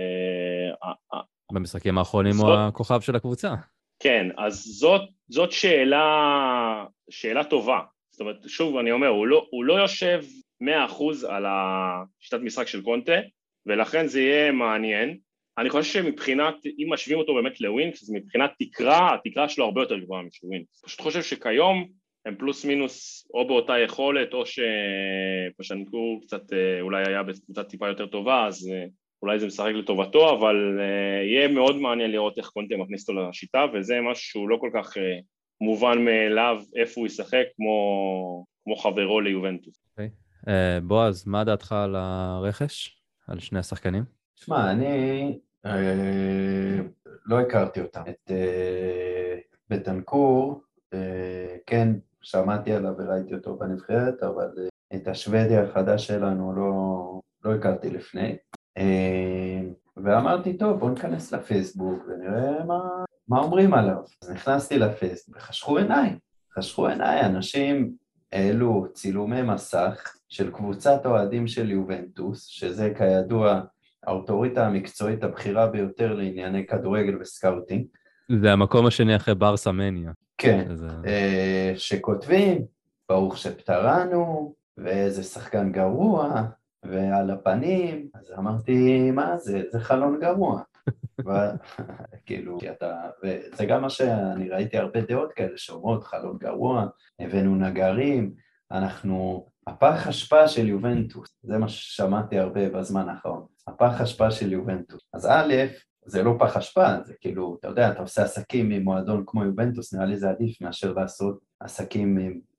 במשחקים האחרונים הוא הכוכב של הקבוצה. כן, אז זאת, זאת שאלה, שאלה טובה. זאת אומרת, שוב אני אומר, הוא לא, הוא לא יושב מאה אחוז על השיטת משחק של קונטה, ולכן זה יהיה מעניין. אני חושב שמבחינת, אם משווים אותו באמת לווינקס, אז מבחינת תקרה, התקרה שלו הרבה יותר גבוהה משל ווינקס. פשוט חושב שכיום הם פלוס מינוס או באותה יכולת, או שפשנקור קצת אולי היה בקבוצה טיפה יותר טובה, אז אולי זה משחק לטובתו, אבל יהיה מאוד מעניין לראות איך קונטה מכניס אותו לשיטה, וזה משהו שהוא לא כל כך מובן מאליו איפה הוא ישחק, כמו, כמו חברו ליובנטוס. אוקיי. בועז, מה דעתך על הרכש? על שני השחקנים? תשמע, אני אה, לא הכרתי אותם. את אה, בטנקור, אה, כן, שמעתי עליו וראיתי אותו בנבחרת, אבל אה, את השוודי החדש שלנו לא, לא הכרתי לפני. אה, ואמרתי, טוב, בוא ניכנס לפייסבוק ונראה מה, מה אומרים עליו. אז נכנסתי לפייסבוק וחשכו עיניי, חשכו עיניי, אנשים העלו צילומי מסך של קבוצת אוהדים של יובנטוס, שזה כידוע האוטוריטה המקצועית הבכירה ביותר לענייני כדורגל וסקאוטינג. זה המקום השני אחרי ברסה מניה. כן, שזה... שכותבים, ברוך שפטרנו, ואיזה שחקן גרוע, ועל הפנים, אז אמרתי, מה זה? זה חלון גרוע. ו... כאילו, אתה... וזה גם מה שאני ראיתי הרבה דעות כאלה שאומרות, חלון גרוע, הבאנו נגרים, אנחנו... הפח השפעה של יובנטוס, זה מה ששמעתי הרבה בזמן האחרון, הפח השפעה של יובנטוס. אז א', זה לא פח השפעה, זה כאילו, אתה יודע, אתה עושה עסקים עם מועדון כמו יובנטוס, נראה לי זה עדיף מאשר לעשות עסקים עם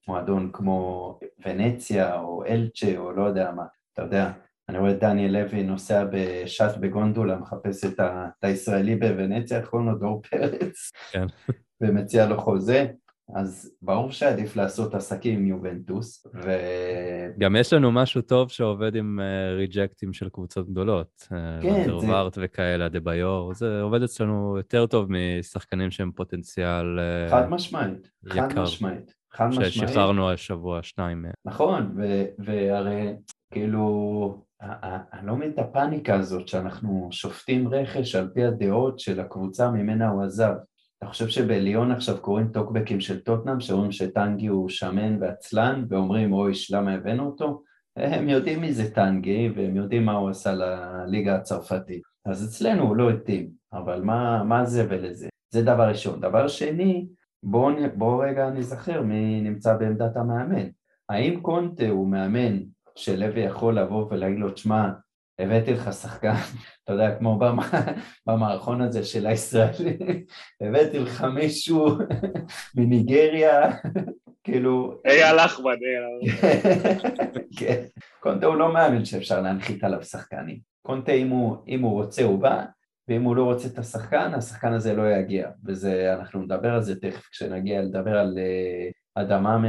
מועדון כמו ונציה או אלצ'ה או לא יודע מה, אתה יודע, אני רואה את דניאל לוי נוסע בשט בגונדולה, מחפש את, ה, את הישראלי בוונציה, איך קוראים לו דור פרץ, כן. ומציע לו חוזה, אז ברור שעדיף לעשות עסקים עם יובנטוס, ו... גם יש לנו משהו טוב שעובד עם ריג'קטים של קבוצות גדולות, ונדר וארט וכאלה, דביור, זה עובד אצלנו יותר טוב משחקנים שהם פוטנציאל חד משמעית, יקר, חד משמעית, חד משמעית. ששחררנו השבוע שניים. נכון, והרי כאילו, אני לא מבין את הפאניקה הזאת שאנחנו שופטים רכש על פי הדעות של הקבוצה ממנה הוא עזב. אתה חושב שבליון עכשיו קוראים טוקבקים של טוטנאם, שאומרים שטנגי הוא שמן ועצלן, ואומרים, אוי, למה הבאנו אותו? הם יודעים מי זה טנגי, והם יודעים מה הוא עשה לליגה הצרפתית. אז אצלנו הוא לא התאים, אבל מה, מה זה ולזה? זה דבר ראשון. דבר שני, בואו בוא רגע נזכר מי נמצא בעמדת המאמן. האם קונטה הוא מאמן שלוי יכול לבוא ולהגיד לו, תשמע, הבאתי לך שחקן, אתה יודע, כמו במערכון הזה של הישראלי, הבאתי לך מישהו מניגריה, כאילו... היי הלך בדי. כן, קונטה הוא לא מאמין שאפשר להנחית עליו שחקנים. קונטה, אם הוא, אם הוא רוצה, הוא בא, ואם הוא לא רוצה את השחקן, השחקן הזה לא יגיע. וזה, אנחנו נדבר על זה תכף, כשנגיע לדבר על אדמאמה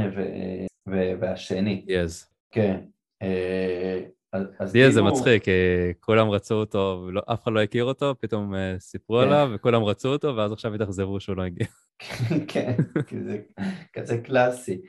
והשני. יז. כן. דיאז זה מצחיק, כי כולם רצו אותו, אף אחד לא הכיר אותו, פתאום סיפרו עליו, וכולם רצו אותו, ואז עכשיו התאכזבו שהוא לא הגיע. כן, כזה קלאסי.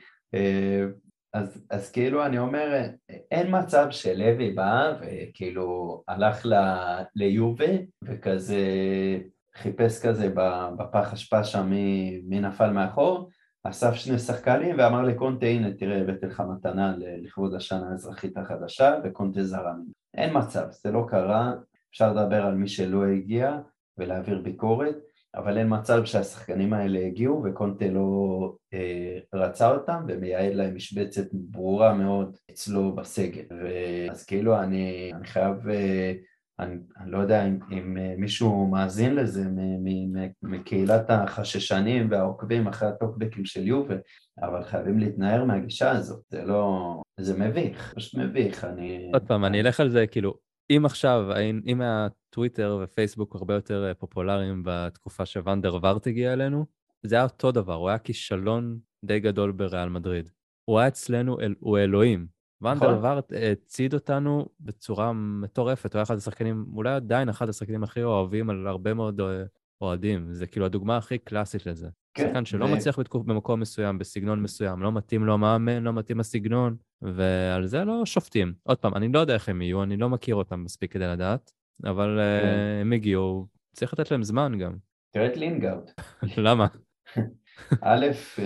אז, אז כאילו אני אומר, אין מצב שלוי בא וכאילו הלך ליובה וכזה חיפש כזה בפח אשפה שם מי נפל מאחור, אסף שני שחקנים ואמר לקונטה, הנה תראה הבאתי לך מתנה לכבוד השנה האזרחית החדשה וקונטה זרם. אין מצב, זה לא קרה, אפשר לדבר על מי שלא הגיע ולהעביר ביקורת, אבל אין מצב שהשחקנים האלה הגיעו וקונטה לא אה, רצה אותם ומייעד להם משבצת ברורה מאוד אצלו בסגל. אז כאילו אני, אני חייב, אה, אני, אני לא יודע אם, אם מישהו מאזין לזה מקהילת החששנים והעוקבים אחרי הטוקבקים של יובל, אבל חייבים להתנער מהגישה הזאת, זה לא, זה מביך, פשוט מביך. אני... עוד פעם, אני אלך על זה כאילו, אם עכשיו, אם הטוויטר ופייסבוק הרבה יותר פופולריים בתקופה שוונדר וארט הגיע אלינו, זה היה אותו דבר, הוא היה כישלון די גדול בריאל מדריד. הוא היה אצלנו, הוא אלוהים. וונדר וארט הציד אותנו בצורה מטורפת, הוא היה אחד השחקנים, אולי עדיין אחד השחקנים הכי אוהבים על הרבה מאוד אוהדים. זה כאילו הדוגמה הכי קלאסית לזה. שחקן שלא מצליח במקום מסוים, בסגנון מסוים, לא מתאים לו המאמן, לא מתאים הסגנון, ועל זה לא שופטים. עוד פעם, אני לא יודע איך הם יהיו, אני לא מכיר אותם מספיק כדי לדעת, אבל הם הגיעו, צריך לתת להם זמן גם. תראה את לינגארד. למה? א',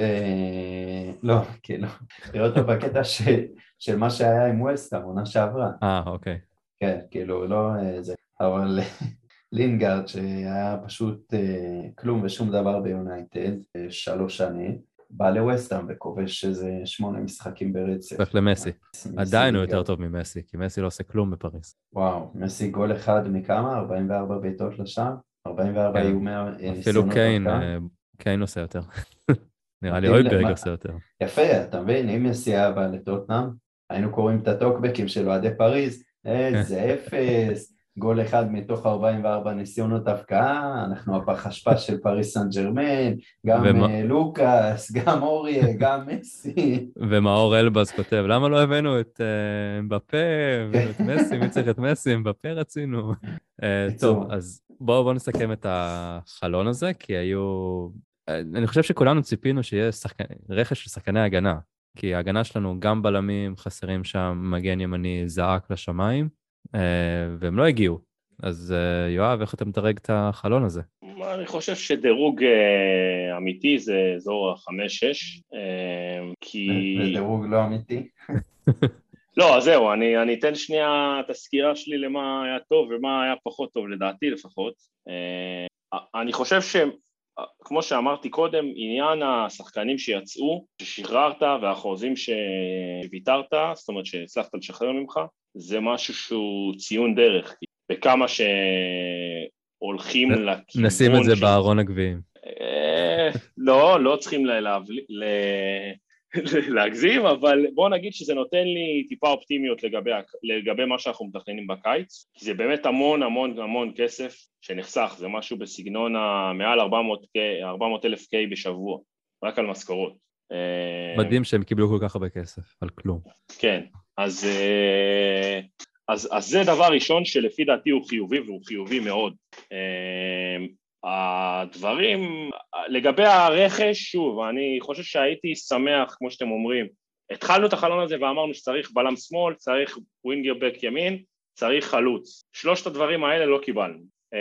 לא, כאילו, תראה אותו בקטע של מה שהיה עם ווסט, העונה שעברה. אה, אוקיי. כן, כאילו, לא זה, אבל לינגארד שהיה פשוט כלום ושום דבר ביונייטד, שלוש שנים, בא לווסטהאם וכובש איזה שמונה משחקים ברצף. הופך למסי. עדיין הוא יותר טוב ממסי, כי מסי לא עושה כלום בפריז. וואו, מסי גול אחד מכמה? ארבעים וארבע בעיטות לשער? ארבעים וארבע איומי אפילו קיין, קיין עושה יותר. נראה לי אויברג עושה יותר. יפה, אתה מבין? אם מסי היה בא לטוטנהאם, היינו קוראים את הטוקבקים של אוהדי פריז, איזה אפס, גול אחד מתוך ארבעים וארבע ניסיונות הבקעה, אנחנו הפח אשפה של פריס סן ג'רמן, גם לוקאס, גם אוריה, גם מסי. ומאור אלבז כותב, למה לא הבאנו את אמבפה ואת מסי, מי צריך את מסי, אמבפה רצינו. טוב, אז בואו נסכם את החלון הזה, כי היו... אני חושב שכולנו ציפינו שיהיה רכש של שחקני הגנה, כי ההגנה שלנו גם בלמים חסרים שם, מגן ימני זעק לשמיים, והם לא הגיעו. אז יואב, איך אתה מתרג את החלון הזה? אני חושב שדירוג אמיתי זה אזור ה-חמש שש, כי... זה דירוג לא אמיתי? לא, אז זהו, אני, אני אתן שנייה את הסקירה שלי למה היה טוב ומה היה פחות טוב, לדעתי לפחות. אני חושב ש... כמו שאמרתי קודם, עניין השחקנים שיצאו, ששחררת והחוזים שוויתרת, זאת אומרת שהצלחת לשחרר ממך, זה משהו שהוא ציון דרך, בכמה שהולכים לכיוון... נשים את זה בארון הגביעים. לא, לא צריכים להגזים, אבל בוא נגיד שזה נותן לי טיפה אופטימיות לגבי, לגבי מה שאנחנו מתכננים בקיץ, כי זה באמת המון המון המון כסף שנחסך, זה משהו בסגנון מעל ארבע מאות אלף קיי בשבוע, רק על משכורות. מדהים שהם קיבלו כל כך הרבה כסף, על כלום. כן, אז, אז, אז זה דבר ראשון שלפי דעתי הוא חיובי, והוא חיובי מאוד. הדברים, לגבי הרכש, שוב, אני חושב שהייתי שמח, כמו שאתם אומרים, התחלנו את החלון הזה ואמרנו שצריך בלם שמאל, צריך ווינגר בק ימין, צריך חלוץ. שלושת הדברים האלה לא קיבלנו.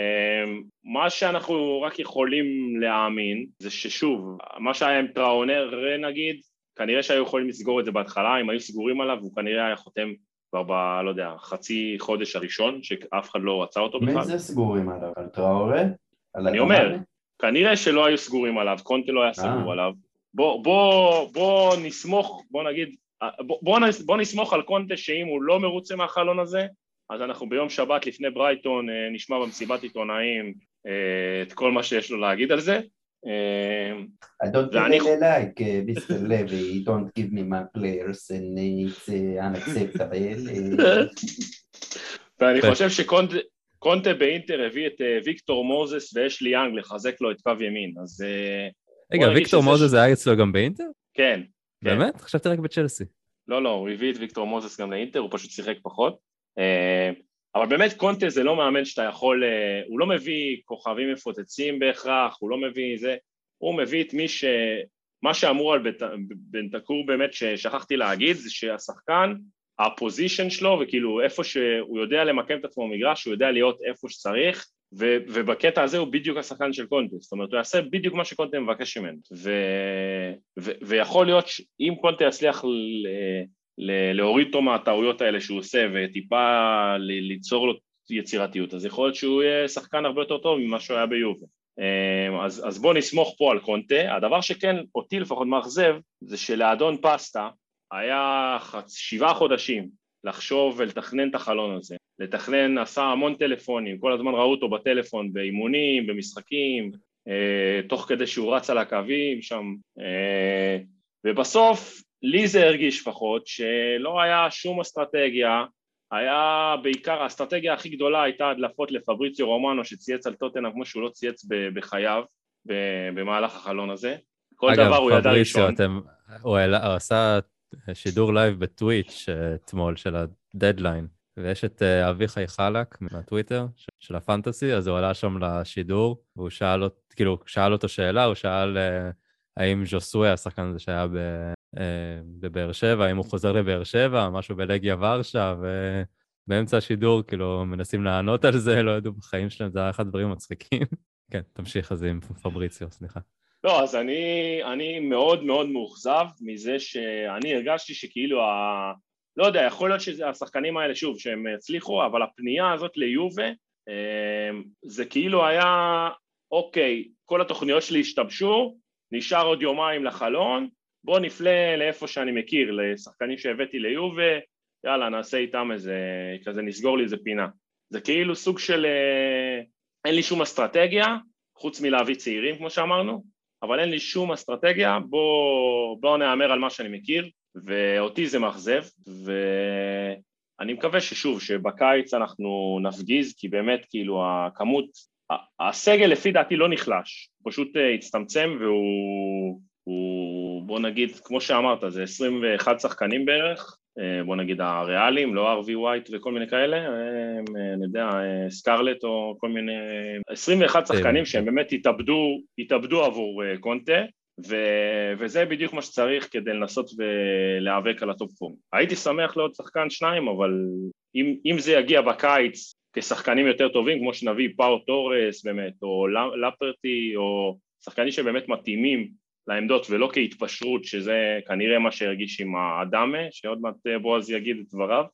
מה שאנחנו רק יכולים להאמין, זה ששוב, מה שהיה עם טראונר נגיד, כנראה שהיו יכולים לסגור את זה בהתחלה, אם היו סגורים עליו, הוא כנראה היה חותם כבר ב, לא יודע, חצי חודש הראשון, שאף אחד לא רצה אותו בכלל. מי זה סגורים עליו? על טראורה? אני אומר, כנראה שלא היו סגורים עליו, קונטה לא היה סגור עליו. בוא, בוא, בוא נסמוך, בוא נגיד, בוא, בוא, בוא נסמוך על קונטה שאם הוא לא מרוצה מהחלון הזה, אז אנחנו ביום שבת לפני ברייטון נשמע במסיבת עיתונאים את כל מה שיש לו להגיד על זה. I don't really like uh, מיסטר Levy, don't give me my players and it's uh, unacceptable. ואני חושב שקונטה קונטה באינטר הביא את ויקטור מוזס ואשלי יאנג לחזק לו את קו ימין, אז... רגע, ויקטור מוזס זה היה אצלו גם באינטר? כן. באמת? חשבתי רק בצ'לסי. לא, לא, הוא הביא את ויקטור מוזס גם לאינטר, הוא פשוט שיחק פחות. אבל באמת קונטה זה לא מאמן שאתה יכול... הוא לא מביא כוכבים מפוצצים בהכרח, הוא לא מביא זה... הוא מביא את מי ש... מה שאמור על בנטקור באמת ששכחתי להגיד, זה שהשחקן... הפוזישן שלו, וכאילו איפה שהוא יודע למקם את עצמו מגרש, הוא יודע להיות איפה שצריך, ו- ובקטע הזה הוא בדיוק השחקן של קונטה, זאת אומרת, הוא יעשה בדיוק מה שקונטה מבקש ממנו, ו- ו- ויכול להיות שאם קונטה יצליח ל- ל- להוריד אותו מהטעויות האלה שהוא עושה, וטיפה ל- ליצור לו יצירתיות, אז יכול להיות שהוא יהיה שחקן הרבה יותר טוב ממה שהוא היה ביובה. אז, אז בוא נסמוך פה על קונטה. הדבר שכן אותי לפחות מאכזב, זה שלאדון פסטה, היה שבעה חודשים לחשוב ולתכנן את החלון הזה, לתכנן, עשה המון טלפונים, כל הזמן ראו אותו בטלפון, באימונים, במשחקים, אה, תוך כדי שהוא רץ על הקווים שם, אה, ובסוף לי זה הרגיש פחות, שלא היה שום אסטרטגיה, היה בעיקר, האסטרטגיה הכי גדולה הייתה הדלפות לפבריציו רומנו, שצייץ על טוטנהאם כמו שהוא לא צייץ בחייו, במהלך החלון הזה, כל אגב, דבר הוא ידע ראשון. אתם, הוא, הוא עשה... שידור לייב בטוויץ' אתמול של הדדליין, ויש את אביחי חלק מהטוויטר של הפנטסי, אז הוא עלה שם לשידור, והוא שאל, כאילו, שאל אותו שאלה, הוא שאל האם ז'וסוי, השחקן הזה שהיה בבאר שבע, האם הוא חוזר לבאר שבע, משהו בלגיה ורשה, ובאמצע השידור, כאילו, מנסים לענות על זה, לא ידעו בחיים שלהם, זה היה אחד הדברים מצחיקים. כן, תמשיך אז עם פבריציו, סליחה. לא, אז אני, אני מאוד מאוד מאוכזב מזה שאני הרגשתי שכאילו, ה... לא יודע, יכול להיות שזה השחקנים האלה שוב, שהם הצליחו, אבל הפנייה הזאת ליובה, זה כאילו היה, אוקיי, כל התוכניות שלי השתבשו, נשאר עוד יומיים לחלון, בוא נפלה לאיפה שאני מכיר, לשחקנים שהבאתי ליובה, יאללה, נעשה איתם איזה, כזה נסגור לי איזה פינה. זה כאילו סוג של, אין לי שום אסטרטגיה, חוץ מלהביא צעירים, כמו שאמרנו, אבל אין לי שום אסטרטגיה, בוא, בוא נאמר על מה שאני מכיר, ואותי זה מאכזב, ואני מקווה ששוב, שבקיץ אנחנו נפגיז, כי באמת כאילו הכמות, הסגל לפי דעתי לא נחלש, פשוט הצטמצם, והוא, הוא, בוא נגיד, כמו שאמרת, זה עשרים ואחד שחקנים בערך, בוא נגיד הריאלים, לא אר וי ווייט וכל מיני כאלה, אני יודע, סקרלט או כל מיני, עשרים ואחד שחקנים שהם באמת התאבדו, התאבדו עבור קונטה, ו- וזה בדיוק מה שצריך כדי לנסות ולהיאבק על הטופ פורם. הייתי שמח לעוד שחקן שניים, אבל אם, אם זה יגיע בקיץ כשחקנים יותר טובים, כמו שנביא פאו טורס באמת, או לפרטי, או שחקנים שבאמת מתאימים, לעמדות ולא כהתפשרות, שזה כנראה מה שהרגיש עם האדמה, שעוד מעט בועז יגיד את דבריו,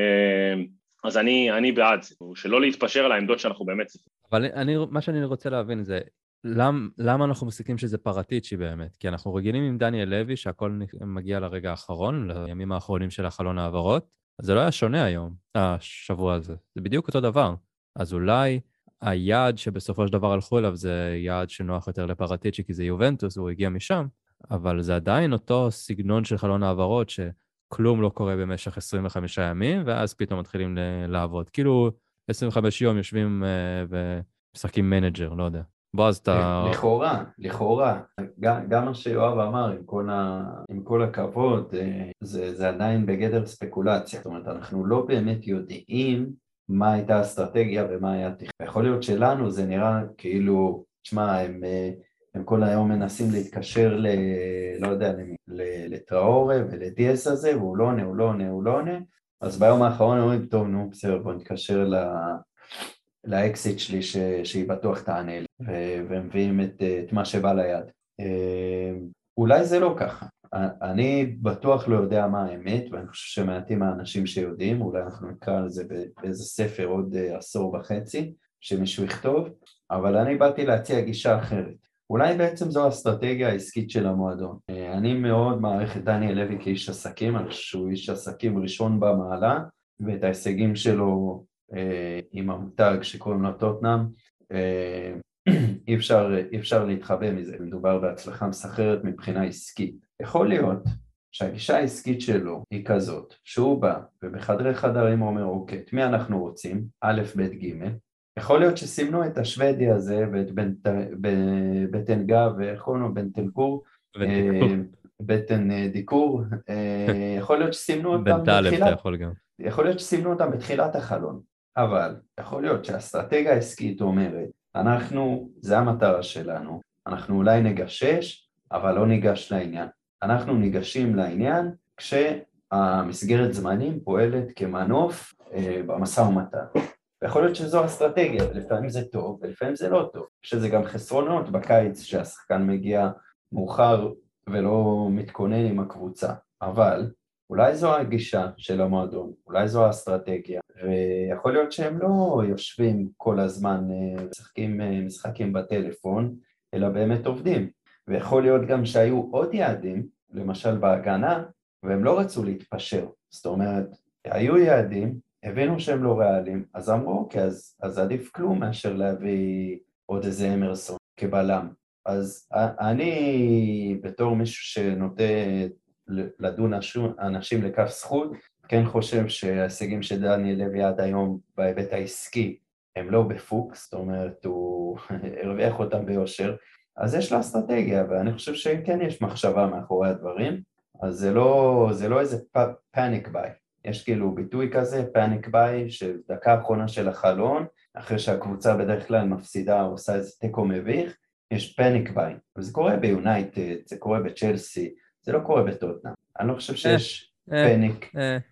אז אני, אני בעד, שלא להתפשר על העמדות שאנחנו באמת צריכים. אבל אני, מה שאני רוצה להבין זה, למ, למה אנחנו מסיקים שזה פרטיצ'י באמת? כי אנחנו רגילים עם דניאל לוי שהכל מגיע לרגע האחרון, לימים האחרונים של החלון העברות, אז זה לא היה שונה היום, השבוע הזה, זה בדיוק אותו דבר. אז אולי היעד שבסופו של דבר הלכו אליו זה יעד שנוח יותר לפרטיצ'י, כי זה יובנטוס, הוא הגיע משם, אבל זה עדיין אותו סגנון של חלון העברות, שכלום לא קורה במשך עשרים וחמישה ימים, ואז פתאום מתחילים לעבוד. כאילו עשרים וחמישה יום יושבים ומשחקים מנג'ר, לא יודע. בוא, אז אתה... לכאורה, לכאורה, גם, גם מה שיואב אמר, עם כל, ה, עם כל הכבוד, זה, זה עדיין בגדר ספקולציה. זאת אומרת, אנחנו לא באמת יודעים מה הייתה האסטרטגיה ומה היה תכנון. יכול להיות שלנו זה נראה כאילו, תשמע, הם, הם כל היום מנסים להתקשר ל... לא יודע, לטראורה ולדיאס הזה, והוא לא עונה, הוא לא עונה, הוא לא עונה, אז ביום האחרון אומרים, טוב, נו, בסדר, בוא נתקשר ל... לאקסיט שלי ש... שהיא בטוח תענה לי, ו... ומביאים את, את מה שבא ליד. אולי זה לא ככה. אני בטוח לא יודע מה האמת, ואני חושב שמעטים האנשים שיודעים, אולי אנחנו נקרא על זה באיזה ספר עוד עשור וחצי, שמישהו יכתוב, אבל אני באתי להציע גישה אחרת. אולי בעצם זו האסטרטגיה העסקית של המועדון. אני מאוד מעריך את דניאל לוי כאיש עסקים, אני חושב שהוא איש עסקים ראשון במעלה, ואת ההישגים שלו עם המותג שקוראים לו טוטנאם, אי אפשר, אי אפשר להתחבא מזה, מדובר בהצלחה מסחררת מבחינה עסקית. יכול להיות שהגישה העסקית שלו היא כזאת, שהוא בא ובחדרי חדרים אומר, אוקיי, את מי אנחנו רוצים? א', ב', ג', יכול להיות שסימנו את השוודי הזה ואת בטן גב ואיך קוראים לו בן תנקור, בטן דיקור, יכול להיות שסימנו אותם בתחילת, יכול להיות שסימנו אותם בתחילת החלון, אבל יכול להיות שהאסטרטגיה העסקית אומרת, אנחנו, זה המטרה שלנו, אנחנו אולי נגשש, אבל לא ניגש לעניין. אנחנו ניגשים לעניין כשהמסגרת זמנים פועלת כמנוף אה, במשא ומתן. ויכול להיות שזו אסטרטגיה, ולפעמים זה טוב, ולפעמים זה לא טוב. שזה גם חסרונות בקיץ שהשחקן מגיע מאוחר ולא מתכונן עם הקבוצה. אבל אולי זו הגישה של המועדון, אולי זו האסטרטגיה, ויכול להיות שהם לא יושבים כל הזמן, משחקים משחקים בטלפון, אלא באמת עובדים. ויכול להיות גם שהיו עוד יעדים, למשל בהגנה, והם לא רצו להתפשר. זאת אומרת, היו יעדים, הבינו שהם לא ריאליים, אז אמרו, אוקיי, אז, אז עדיף כלום מאשר להביא עוד איזה אמרסון כבלם. אז אני, בתור מישהו שנוטה לדון אנשים לכף זכות, כן חושב שההישגים של דניאל לוי עד היום בהיבט העסקי הם לא בפוקס, זאת אומרת הוא הרוויח אותם ביושר, אז יש לה אסטרטגיה, ואני חושב שכן יש מחשבה מאחורי הדברים, אז זה לא, זה לא איזה פאניק ביי, יש כאילו ביטוי כזה, פאניק ביי, שדקה האחרונה של החלון, אחרי שהקבוצה בדרך כלל מפסידה או עושה איזה טקו מביך, יש פאניק ביי, וזה קורה ביונייטד, זה קורה בצ'לסי, זה לא קורה בטוטנהאם, אני לא חושב שיש פאניק.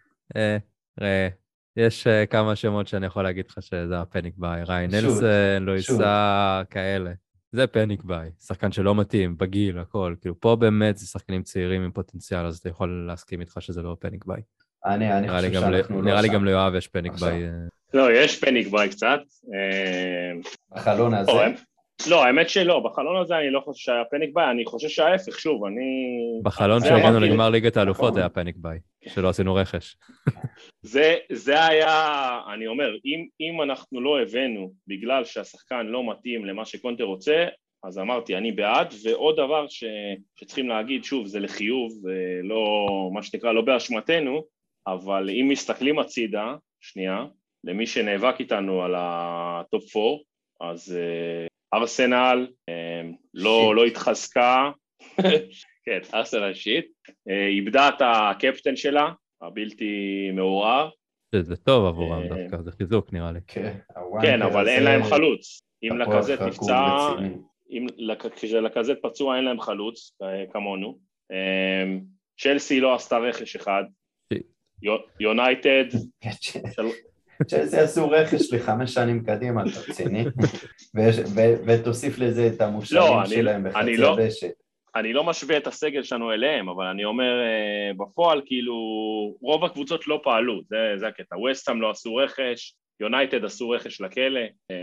ראה, יש כמה שמות שאני יכול להגיד לך שזה הפאניק ביי, ריין נלסון, לואיסה, כאלה. זה פאניק ביי, שחקן שלא מתאים, בגיל, הכל. כאילו פה באמת זה שחקנים צעירים עם פוטנציאל, אז אתה יכול להסכים איתך שזה לא פאניק ביי. אני, אני חושב שאנחנו לא שם. נראה לי גם ליואב יש פאניק ביי. לא, יש פאניק ביי קצת. בחלון הזה? לא, האמת שלא, בחלון הזה אני לא חושב שהיה פאניק ביי, אני חושב שההפך, שוב, אני... בחלון שהגענו לגמר ליגת האלופות היה פאניק ביי, שלא עשינו רכש. זה, זה היה, אני אומר, אם, אם אנחנו לא הבאנו בגלל שהשחקן לא מתאים למה שקונטה רוצה, אז אמרתי, אני בעד, ועוד דבר ש, שצריכים להגיד, שוב, זה לחיוב, ולא, מה שנקרא, לא באשמתנו, אבל אם מסתכלים הצידה, שנייה, למי שנאבק איתנו על הטופ ארבע, אז ארסנל לא, לא התחזקה, כן, ארסנל שיט, איבדה את הקפטן שלה, הבלתי מעורר. זה טוב עבורם דווקא, זה חיזוק נראה לי. כן, אבל אין להם חלוץ. אם לקזט נפצע, כשלקזט פצוע אין להם חלוץ, כמונו. צ'לסי לא עשתה רכש אחד. יונייטד. צ'לסי עשו רכש לחמש שנים קדימה, תרציני. ותוסיף לזה את המושבים שלהם בחצי הדשא. אני לא משווה את הסגל שלנו אליהם, אבל אני אומר, בפועל, כאילו, רוב הקבוצות לא פעלו, זה, זה הקטע. ווסטהאם לא עשו רכש, יונייטד עשו רכש לכלא.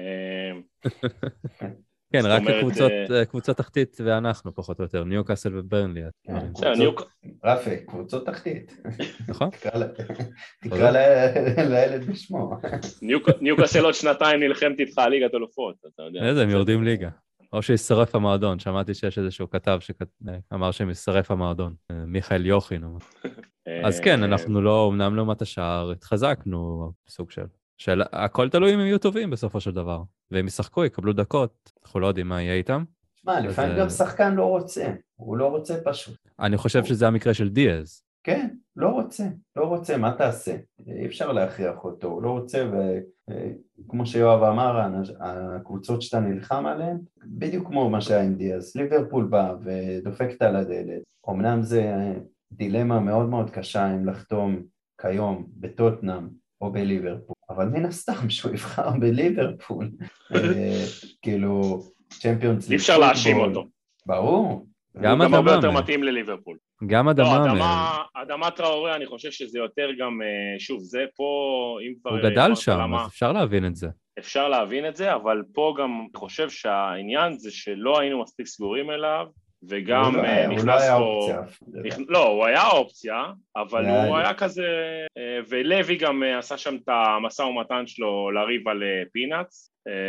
כן, רק קבוצות, קבוצות תחתית ואנחנו, פחות או יותר, ניוקאסל וברנלי. רפי, קבוצות תחתית. נכון? תקרא לילד בשמו. ניוקאסל עוד שנתיים נלחמת איתך ליגת אלופות, אתה יודע. איזה, הם יורדים ליגה. או שישרף המועדון, שמעתי שיש איזשהו כתב שאמר שישרף המועדון, מיכאל יוחין. אז כן, אנחנו לא, אמנם לעומת השאר, התחזקנו סוג של, של, הכל תלוי אם הם יהיו טובים בסופו של דבר, והם ישחקו, יקבלו דקות, אנחנו לא יודעים מה יהיה איתם. מה, לפעמים גם שחקן לא רוצה, הוא לא רוצה פשוט. אני חושב שזה המקרה של דיאז. כן, לא רוצה, לא רוצה, מה תעשה? אי אפשר להכריח אותו, הוא לא רוצה, וכמו שיואב אמר, הקבוצות שאתה נלחם עליהן, בדיוק כמו מה שהיה עם דיאז, ליברפול בא ודופקת על הדלת, אמנם זה דילמה מאוד מאוד קשה אם לחתום כיום בטוטנאם או בליברפול, אבל מן הסתם שהוא יבחר בליברפול, כאילו צ'מפיונס ליג, אי אפשר להאשים אותו. ברור. הוא גם הרבה יותר מתאים לליברפול. גם אדמה... לא, אדמה טראורי, אני חושב שזה יותר גם, שוב, זה פה... הוא גדל שם, אז אפשר להבין את זה. אפשר להבין את זה, אבל פה גם אני חושב שהעניין זה שלא היינו מספיק סגורים אליו, וגם נכנס פה... לא, הוא היה אופציה, אבל הוא היה כזה... ולוי גם עשה שם את המסע ומתן שלו לריב על פינאץ,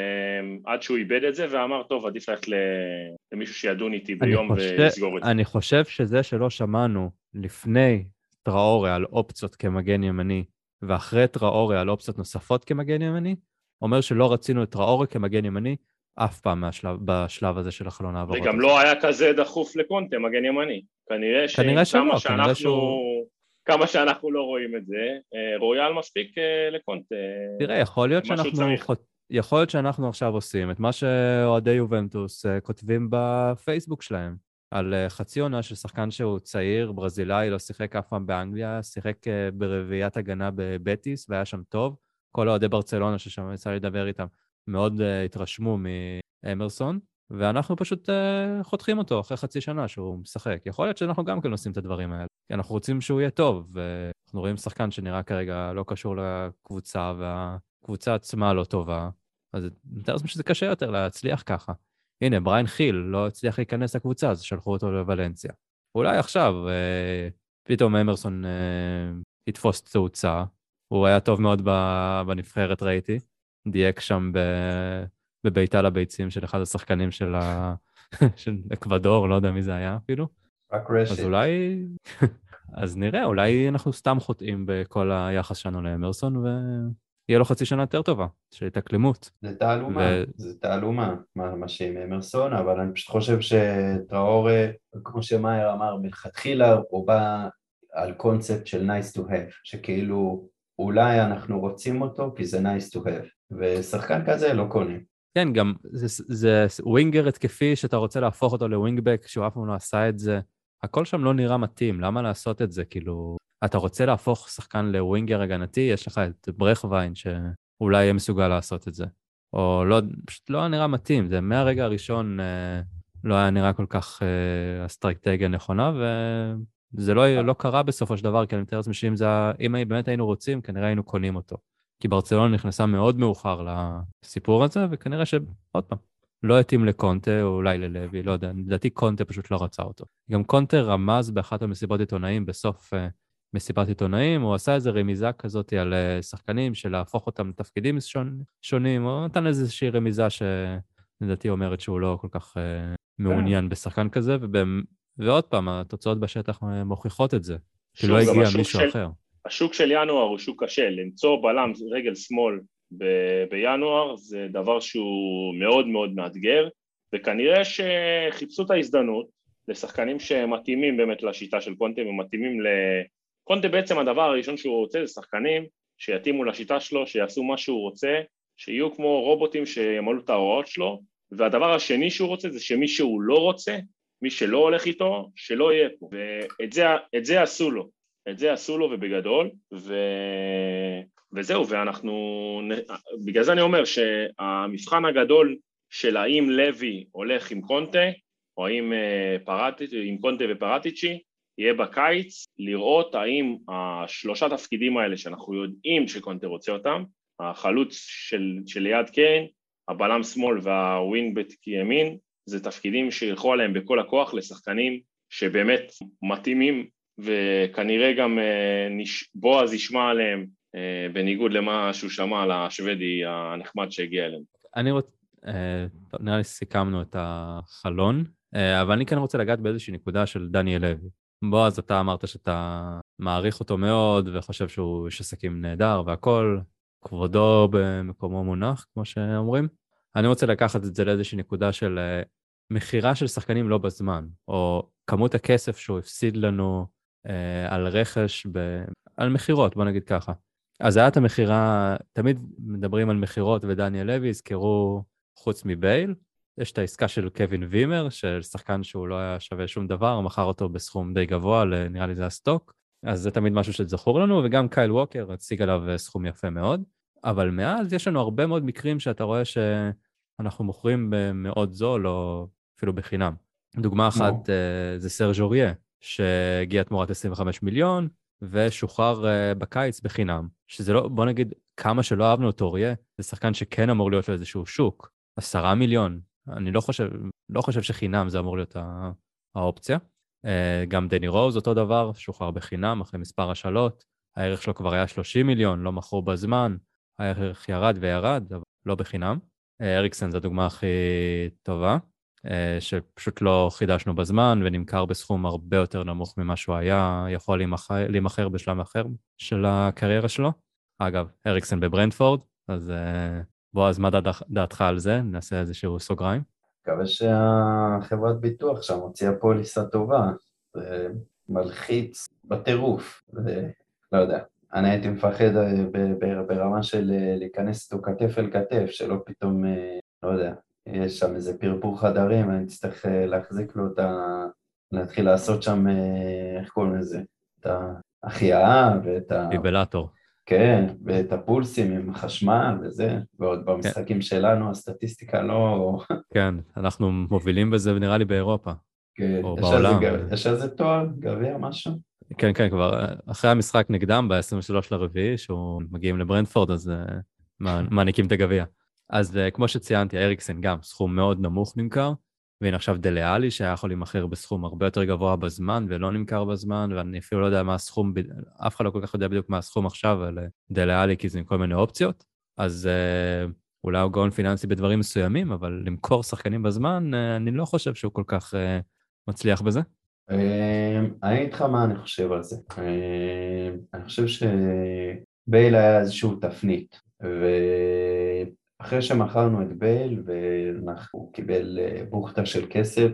עד שהוא איבד את זה ואמר, טוב, עדיף ללכת למישהו שידון איתי ביום ויסגור את זה. אני חושב שזה שלא שמענו לפני טראורי על אופציות כמגן ימני, ואחרי טראורי על אופציות נוספות כמגן ימני, אומר שלא רצינו את טראורי כמגן ימני, אף פעם מהשלב, בשלב הזה של החלון העברות. וגם לא היה כזה דחוף לקונטה, מגן ימני. כנראה ש... כנראה שלא, כמה כנראה שאנחנו... שהוא... כמה שאנחנו לא רואים את זה, רויאל מספיק לקונטה. תראה, יכול להיות שאנחנו... יכול להיות שאנחנו עכשיו עושים את מה שאוהדי יובנטוס כותבים בפייסבוק שלהם, על חצי עונה של שחקן שהוא צעיר, ברזילאי, לא שיחק אף פעם באנגליה, שיחק ברביעיית הגנה בבטיס, והיה שם טוב. כל האוהדי ברצלונה ששם יצא לדבר איתם, מאוד uh, התרשמו מאמרסון, ואנחנו פשוט uh, חותכים אותו אחרי חצי שנה שהוא משחק. יכול להיות שאנחנו גם כן עושים את הדברים האלה, כי אנחנו רוצים שהוא יהיה טוב, ואנחנו רואים שחקן שנראה כרגע לא קשור לקבוצה, והקבוצה עצמה לא טובה, אז מתאר לעצמי שזה קשה יותר להצליח ככה. הנה, בריין חיל לא הצליח להיכנס לקבוצה, אז שלחו אותו לוולנסיה. אולי עכשיו, uh, פתאום אמרסון uh, יתפוס תאוצה, הוא היה טוב מאוד בנבחרת, ראיתי. דייק שם בביתה לביצים של אחד השחקנים של אקוודור, לא יודע מי זה היה אפילו. רק רשת. אז אולי, אז נראה, אולי אנחנו סתם חוטאים בכל היחס שלנו לאמרסון, ויהיה לו חצי שנה יותר טובה, של התאקלמות. זה תעלומה, זה תעלומה, מה שעם אמרסון, אבל אני פשוט חושב שטראורי, כמו שמאיר אמר, מלכתחילה הוא בא על קונספט של nice to have, שכאילו, אולי אנחנו רוצים אותו כי זה nice to have, ושחקן כזה לא קונים. כן, גם זה, זה ווינגר התקפי שאתה רוצה להפוך אותו לווינגבק, שהוא אף פעם לא עשה את זה, הכל שם לא נראה מתאים, למה לעשות את זה? כאילו, אתה רוצה להפוך שחקן לווינגר הגנתי, יש לך את ברכווין שאולי יהיה מסוגל לעשות את זה, או לא, פשוט לא נראה מתאים, זה מהרגע הראשון אה, לא היה נראה כל כך אה, אסטרטגיה נכונה, ו... זה לא, לא קרה בסופו של דבר, כי אני מתאר לעצמי שאם זה, אם באמת היינו רוצים, כנראה היינו קונים אותו. כי ברצלונה נכנסה מאוד מאוחר לסיפור הזה, וכנראה שעוד פעם, לא התאים לקונטה, או אולי ללוי, לא יודע, לדעתי קונטה פשוט לא רצה אותו. גם קונטה רמז באחת המסיבות עיתונאים, בסוף uh, מסיבת עיתונאים, הוא עשה איזו רמיזה כזאת על uh, שחקנים, של להפוך אותם לתפקידים שונ, שונים, או נתן איזושהי רמיזה שלדעתי אומרת שהוא לא כל כך uh, מעוניין בשחקן כזה, ובאמת, ועוד פעם, התוצאות בשטח מוכיחות את זה, כי לא הגיע מישהו של, אחר. השוק של ינואר הוא שוק קשה, למצוא בלם רגל שמאל ב- בינואר זה דבר שהוא מאוד מאוד מאתגר, וכנראה שחיפשו את ההזדמנות לשחקנים שמתאימים באמת לשיטה של קונטה, ומתאימים ל... קונטה בעצם הדבר הראשון שהוא רוצה זה שחקנים שיתאימו לשיטה שלו, שיעשו מה שהוא רוצה, שיהיו כמו רובוטים שימלאו את ההוראות שלו, והדבר השני שהוא רוצה זה שמי שהוא לא רוצה, מי שלא הולך איתו, שלא יהיה פה. ואת זה, את זה עשו לו. את זה עשו לו ובגדול, ו... וזהו, ואנחנו... בגלל זה אני אומר שהמבחן הגדול של האם לוי הולך עם קונטה, או האם פרטיצ'י, עם קונטה ופרטיצ'י, יהיה בקיץ לראות האם השלושה תפקידים האלה שאנחנו יודעים שקונטה רוצה אותם, החלוץ של, של ליד קיין, הבלם שמאל והווינגבק ימין, זה תפקידים שילכו עליהם בכל הכוח לשחקנים שבאמת מתאימים, וכנראה גם בועז ישמע עליהם בניגוד למה שהוא שמע על השוודי הנחמד שהגיע אליהם. אני, רוצ... נראה לי סיכמנו את החלון, אבל אני כן רוצה לגעת באיזושהי נקודה של דניאל לוי. בועז, אתה אמרת שאתה מעריך אותו מאוד, וחושב שהוא איש עסקים נהדר והכל, כבודו במקומו מונח, כמו שאומרים. אני רוצה לקחת את זה לאיזושהי נקודה של מחירה של שחקנים לא בזמן, או כמות הכסף שהוא הפסיד לנו על רכש, על מחירות, בוא נגיד ככה. אז היה את המחירה, תמיד מדברים על מחירות ודניאל לוי, הזכרו חוץ מבייל, יש את העסקה של קווין וימר, של שחקן שהוא לא היה שווה שום דבר, מכר אותו בסכום די גבוה, נראה לי זה הסטוק, אז זה תמיד משהו שזכור לנו, וגם קייל ווקר הציג עליו סכום יפה מאוד, אבל מאז יש לנו הרבה מאוד מקרים שאתה רואה שאנחנו מוכרים במאוד זול, או אפילו בחינם. דוגמה אחת זה סרג' אוריה, שהגיע תמורת עשרים וחמישה מיליון, ושוחרר uh, בקיץ בחינם, שזה לא, בוא נגיד, כמה שלא אהבנו את אוריה, זה שחקן שכן אמור להיות לו איזשהו שוק, עשרה מיליון, אני לא חושב, לא חושב שחינם זה אמור להיות האופציה, uh, גם דני רוז אותו דבר, שוחרר בחינם אחרי מספר השאלות, הערך שלו כבר היה שלושים מיליון, לא מכרו בזמן, הערך ירד וירד, אבל לא בחינם, uh, אריקסן זו הדוגמה הכי טובה, שפשוט לא חידשנו בזמן, ונמכר בסכום הרבה יותר נמוך ממה שהוא היה יכול להימחר בשלב אחר של הקריירה שלו. אגב, אריקסן בברנדפורד, אז בועז, מה דעתך על זה? נעשה איזשהו סוגריים. מקווה שהחברת ביטוח שם הוציאה פוליסה טובה, זה מלחיץ בטירוף, זה לא יודע. אני הייתי מפחד ברמה של להיכנס איתו כתף אל כתף, שלא פתאום, לא יודע, יש שם איזה פרפור חדרים, אני צריך להחזיק לו את ה... להתחיל לעשות שם, איך קוראים לזה? את ההחייאה ואת ה... פיבלטור. כן, ואת הפולסים עם החשמל וזה, ועוד במשחקים שלנו הסטטיסטיקה לא... כן, אנחנו מובילים בזה נראה לי באירופה. כן, או בעולם. יש איזה תואר, גביע, משהו? כן, כן, כבר אחרי המשחק נקדם ב-עשרים ושלושה לרביעי, שהוא מגיעים לברנדפורד, אז מעניקים את הגביע. אז כמו שציינתי, אריקסן גם סכום מאוד נמוך נמכר, והנה עכשיו דלאלי שהיה יכול להימחר בסכום הרבה יותר גבוה בזמן, ולא נמכר בזמן, ואני אפילו לא יודע מה הסכום, אף אחד לא כל כך יודע בדיוק מה הסכום עכשיו, על דלאלי, כי זה עם כל מיני אופציות, אז אולי הוא גאון פיננסי בדברים מסוימים, אבל למכור שחקנים בזמן, אני לא חושב שהוא כל כך מצליח בזה. אני איתך מה אני חושב על זה. אני חושב שבייל היה איזשהו תפנית, ואחרי שמכרנו את בייל, ואנחנו קיבל בוכתה של כסף,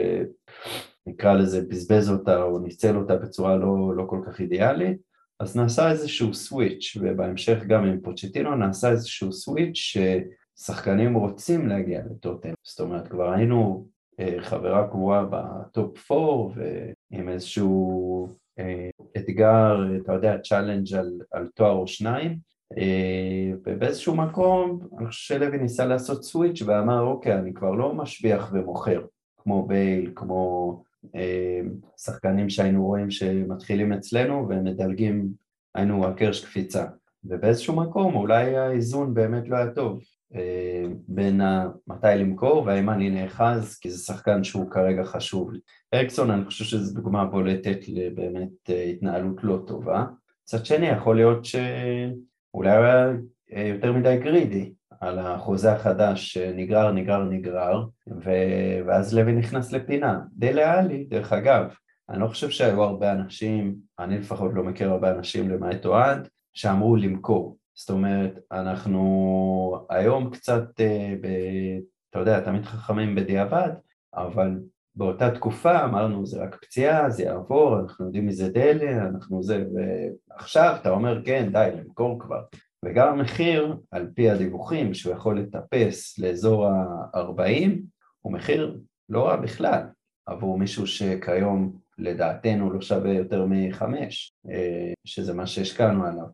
ונקרא לזה בזבז אותה או ניצל אותה בצורה לא, לא כל כך אידיאלית, אז נעשה איזשהו סוויץ', ובהמשך גם עם פוצ'טינו נעשה איזשהו סוויץ' ששחקנים רוצים להגיע לטוטנהאם. זאת אומרת, כבר היינו חברה קבועה בטופ ארבע, ועם איזשהו אתגר, אתה יודע, צ'אלנג' על, על תואר או שניים, ובאיזשהו מקום, אני חושב שלוי ניסה לעשות סוויץ' ואמר, אוקיי, אני כבר לא משביח ומוכר, כמו בייל, כמו שחקנים שהיינו רואים שמתחילים אצלנו, ומדלגים, היינו הקרש קפיצה. ובאיזשהו מקום, אולי האיזון באמת לא היה טוב, בין מתי למכור, והאם אני נאחז, כי זה שחקן שהוא כרגע חשוב. אריקסון, אני חושב שזו דוגמה בולטת לבאמת התנהלות לא טובה. קצת שני, יכול להיות שאולי היה יותר מדי גרידי על החוזה החדש שנגרר, נגרר, נגרר, ו- ואז לוי נכנס לפינה. די לאלי, דרך אגב, אני לא חושב שהיו הרבה אנשים, אני לפחות לא מכיר הרבה אנשים למעט אוהד, שאמרו למכור. זאת אומרת, אנחנו היום קצת, ב, אתה יודע, תמיד חכמים בדיעבד, אבל באותה תקופה אמרנו, זה רק פציעה, זה יעבור, אנחנו יודעים מזה דלה, אנחנו זה, ועכשיו אתה אומר, כן, די, למכור כבר. וגם המחיר, על פי הדיווחים, שהוא יכול לטפס לאזור ה-ארבעים, הוא מחיר לא רע בכלל, עבור מישהו שכיום לדעתנו לא שווה יותר מחמש, שזה מה שהשקענו עליו.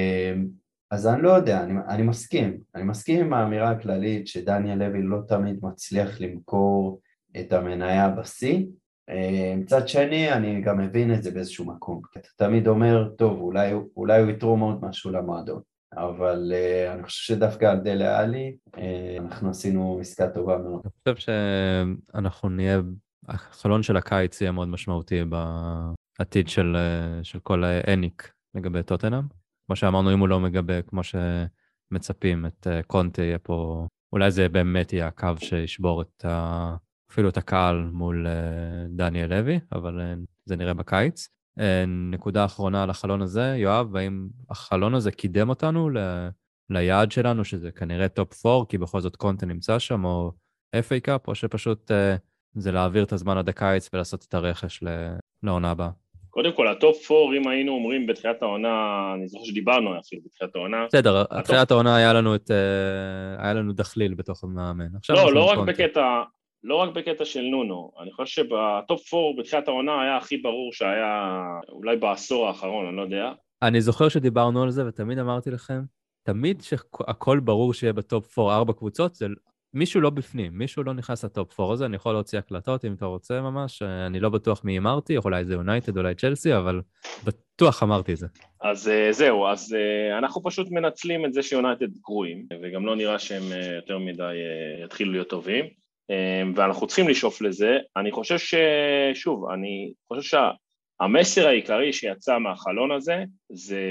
אז אני לא יודע, אני, אני מסכים, אני מסכים עם האמירה הכללית שדניאל לוי לא תמיד מצליח למכור את המניה בסי, מצד שני אני גם מבין את זה באיזשהו מקום, כי אתה תמיד אומר, טוב, אולי, אולי הוא יתרום עוד משהו למועדון, אבל אני חושב שדווקא על דלה אלי, אנחנו עשינו עסקה טובה מאוד. אני חושב שאנחנו נהיה, החלון של הקיץ יהיה מאוד משמעותי בעתיד של, של כל אניק לגבי טוטנהאם. כמו שאמרנו, אם הוא לא מגבה, כמו שמצפים, את קונטה יהיה פה אולי זה באמת יהיה הקו שישבור את ה... אפילו את הקהל מול דניאל לוי, אבל זה נראה בקיץ. נקודה אחרונה על החלון הזה, יואב, האם החלון הזה קידם אותנו ל... ליעד שלנו, שזה כנראה טופ ארבע, כי בכל זאת קונטה נמצא שם, או אף איי קאפ, או שפשוט זה להעביר את הזמן עד הקיץ ולעשות את הרכש לעונה הבאה? קודם כל, הטופ ארבע, אם היינו אומרים בתחילת העונה, אני זוכר שדיברנו אפילו בתחילת העונה. בסדר, בתחילת העונה היה לנו את, היה לנו דחליל בתוך המאמן. לא, לא רק בקטע, לא רק בקטע של נונו. אני חושב שבטופ ארבע בתחילת העונה היה הכי ברור שהיה, אולי בעשור האחרון, אני לא יודע. אני זוכר שדיברנו על זה, ותמיד אמרתי לכם, תמיד שהכל ברור שיהיה בטופ ארבע, ארבע קבוצות, זה מישהו לא בפנים, מישהו לא נכנס לטופ ארבע הזה, אני יכול להוציא הקלטות אם אתה רוצה ממש, אני לא בטוח מי אמרתי, אולי זה יונייטד, אולי צ'לסי, אבל בטוח אמרתי את זה. אז זהו, אז אנחנו פשוט מנצלים את זה שיונייטד גרועים, וגם לא נראה שהם יותר מדי יתחילו להיות טובים, ואנחנו צריכים לשאוף לזה. אני חושב ששוב, אני חושב שהמסר העיקרי שיצא מהחלון הזה, זה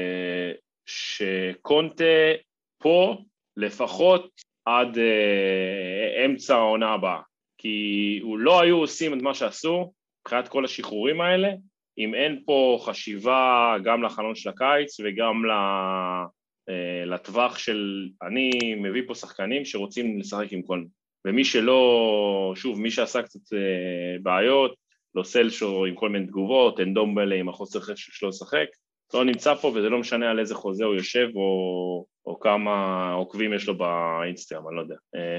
שקונטה פה לפחות עד uh, אמצע העונה הבאה, כי הוא לא היו עושים את מה שעשו, מבחינת כל השחרורים האלה, אם אין פה חשיבה גם לחלון של הקיץ וגם לטווח של, אני מביא פה שחקנים שרוצים לשחק עם קונטה, ומי שלא, שוב, מי שעשה קצת uh, בעיות, לא סלשו עם כל מיני תגובות, אין דומבלה עם החוסר חשק שלו לשחק, לא נמצא פה, וזה לא משנה על איזה חוזה הוא יושב, או, או כמה עוקבים יש לו באינסטגרם, אני לא יודע.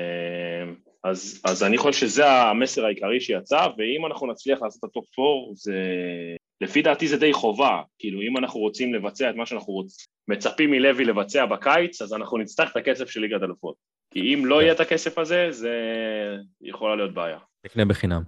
אז, אז אני חושב שזה המסר העיקרי שיצא, ואם אנחנו נצליח לעשות את הטופ ארבע, זה, לפי דעתי זה די חובה, כאילו אם אנחנו רוצים לבצע את מה שאנחנו רוצים, מצפים מלוי לבצע בקיץ, אז אנחנו נצטרך את הכסף של ליגת אלופות. כי אם לא יהיה את הכסף הזה, זה יכולה להיות בעיה. תקנה בחינם.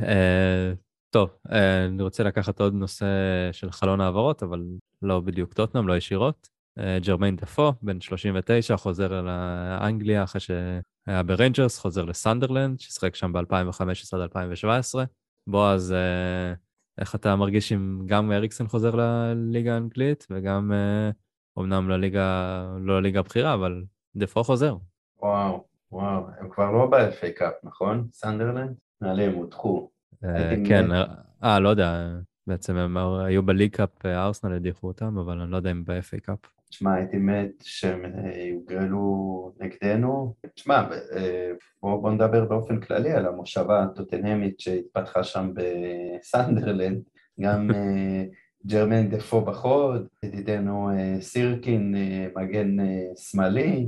טוב, אני רוצה לקחת עוד נושא של חלון העברות, אבל לא בדיוק טוטנהאם, לא ישירות. ג'רמיין דפו, בן שלושים ותשע, חוזר לאנגליה אחרי שהיה בריינג'רס, חוזר לסנדרלנד, ששחק שם ב-אלפיים וחמש עשרה עד אלפיים שבע עשרה. בועז, איך אתה מרגיש אם גם אריקסן חוזר לליגה האנגלית, וגם אומנם לליגה, לא לליגה הבחירה, אבל דפו חוזר? וואו, וואו, הם כבר לא ב-אף איי קאפ, נכון? סנדרלנד? נעלה, הם הודחו. כן, אה, לא יודע, בעצם הם היו בליג קאפ, ארסנל הדיחו אותם, אבל אני לא יודע אם ב-אף איי קאפ. תשמע, הייתי מת שהם יוגרלו נגדנו. תשמע, בואו בוא נדבר באופן כללי על המושבה הטוטנהמית שהתפתחה שם בסנדרלנד, גם ג'רמיין דפו בחוד, ידידנו סירקין, מגן שמאלי,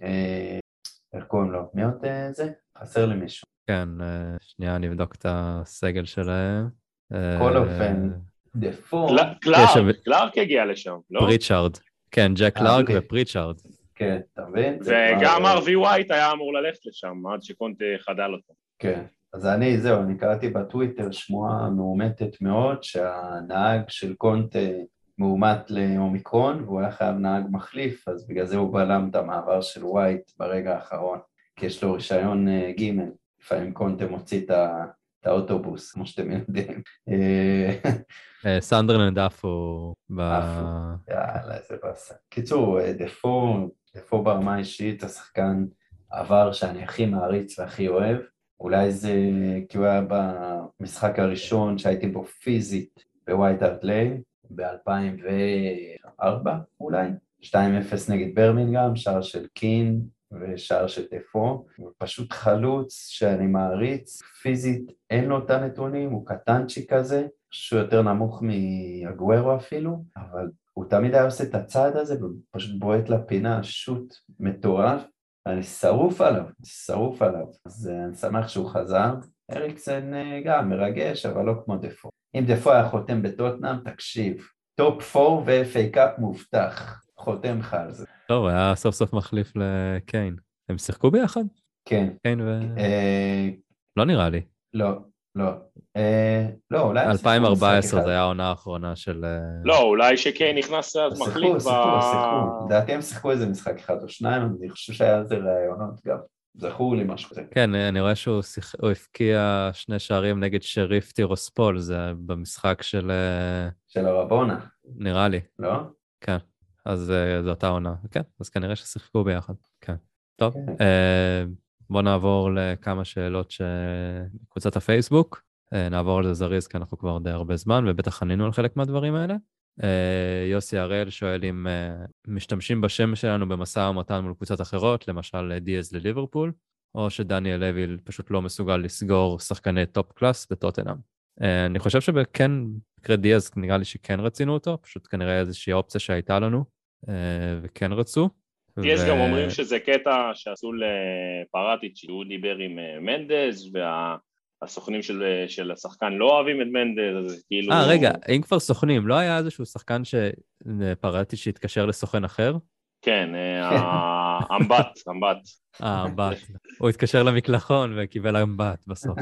איך קוראים לו? מי עוד זה? חסר לי מישהו. כן, שנייה, נבדוק את הסגל שלהם. כל אופן, דפו. קלארק הגיע לשם, לא? פריצ'ארד. כן, ג'ק קלארק ופריצ'ארד. כן, אתה מבין? וגם ארווי ווייט היה אמור ללכת לשם, עד שקונטה חדל אותו. כן, אז אני, זהו, אני קראתי בטוויטר שמועה מאומתת מאוד, שהנהג של קונטה מאומת לאומיקרון, והוא היה חייב נהג מחליף, אז בגלל זה הוא בלם את המעבר של ווייט ברגע האחרון, כי יש לו רישיון ג' לפעמים קונטה מוציא את האוטובוס, כמו שאתם יודעים. סנדרלנד עפו. עפו, יאללה, איזה בסה. קיצור, דפו, דפו ברמה אישית, השחקן עבר שאני הכי מעריץ והכי אוהב, אולי זה כי הוא היה במשחק הראשון שהייתי בו פיזית בווייט הארט ליין, ב-אלפיים וארבע אולי, שתיים אפס נגד ברמינגהאם, שער של קין ושער של דפו, הוא פשוט חלוץ שאני מעריץ, פיזית אין לו את הנתונים, הוא קטנצ'י כזה, שהוא יותר נמוך מאגוארו אפילו, אבל הוא תמיד היה עושה את הצעד הזה, ופשוט בועט לפינה, שוט מטורף, אני שרוף עליו, שרוף עליו, אז אני שמח שהוא חזר, אריקסן גם מרגש, אבל לא כמו דפו. אם דפו היה חותם בטוטנהאם, תקשיב, טופ ארבע ו-אף איי קאפ מובטח, חותם לך על זה. טוב, היה סוף סוף מחליף לקיין. הם שיחקו ביחד? כן. קיין ו... לא נראה לי. לא, לא. לא, אולי... אלפיים וארבע עשרה זה היה העונה האחרונה של... לא, אולי שקיין נכנס אז מחליף... שיחקו, שיחקו, שיחקו. לדעתי הם שיחקו איזה משחק אחד או שניים, אני חושב שהיה על זה רעיונות גם. זכור לי משהו כזה. כן, אני רואה שהוא הפקיע שני שערים נגד שריף טירוספול, זה במשחק של... של הרבונה. נראה לי. לא? כן, אז זו אותה עונה. כן, אז כנראה ששיחקו ביחד. כן. טוב, בואו נעבור לכמה שאלות שקבוצת הפייסבוק, נעבור על זה זריז, כי אנחנו כבר די הרבה זמן, ובטח ענינו על חלק מהדברים האלה. יוסי הראל שואל אם משתמשים בשם שלנו במסע ומתן מול קבוצות אחרות, למשל דיאז לליברפול, או שדניאל לוי פשוט לא מסוגל לסגור שחקני טופ קלאס בטוטנהאם. אני חושב שבכן, מקרה דיאז נראה לי שכן רצינו אותו, פשוט כנראה איזושהי אופציה שהייתה לנו, וכן רצו. דיאז גם אומרים שזה קטע שעשו לפרטיץ' שהוא דיבר עם מנדז, והסוכנים של השחקן לא אוהבים את מנדז, אז כאילו... אה, רגע, אם כבר סוכנים, לא היה איזשהו שחקן שפרטיץ' שהתקשר לסוכן אחר? כן, אמבט, אמבט. אה, אמבט. הוא התקשר למקלחון וקיבל אמבט בסוף.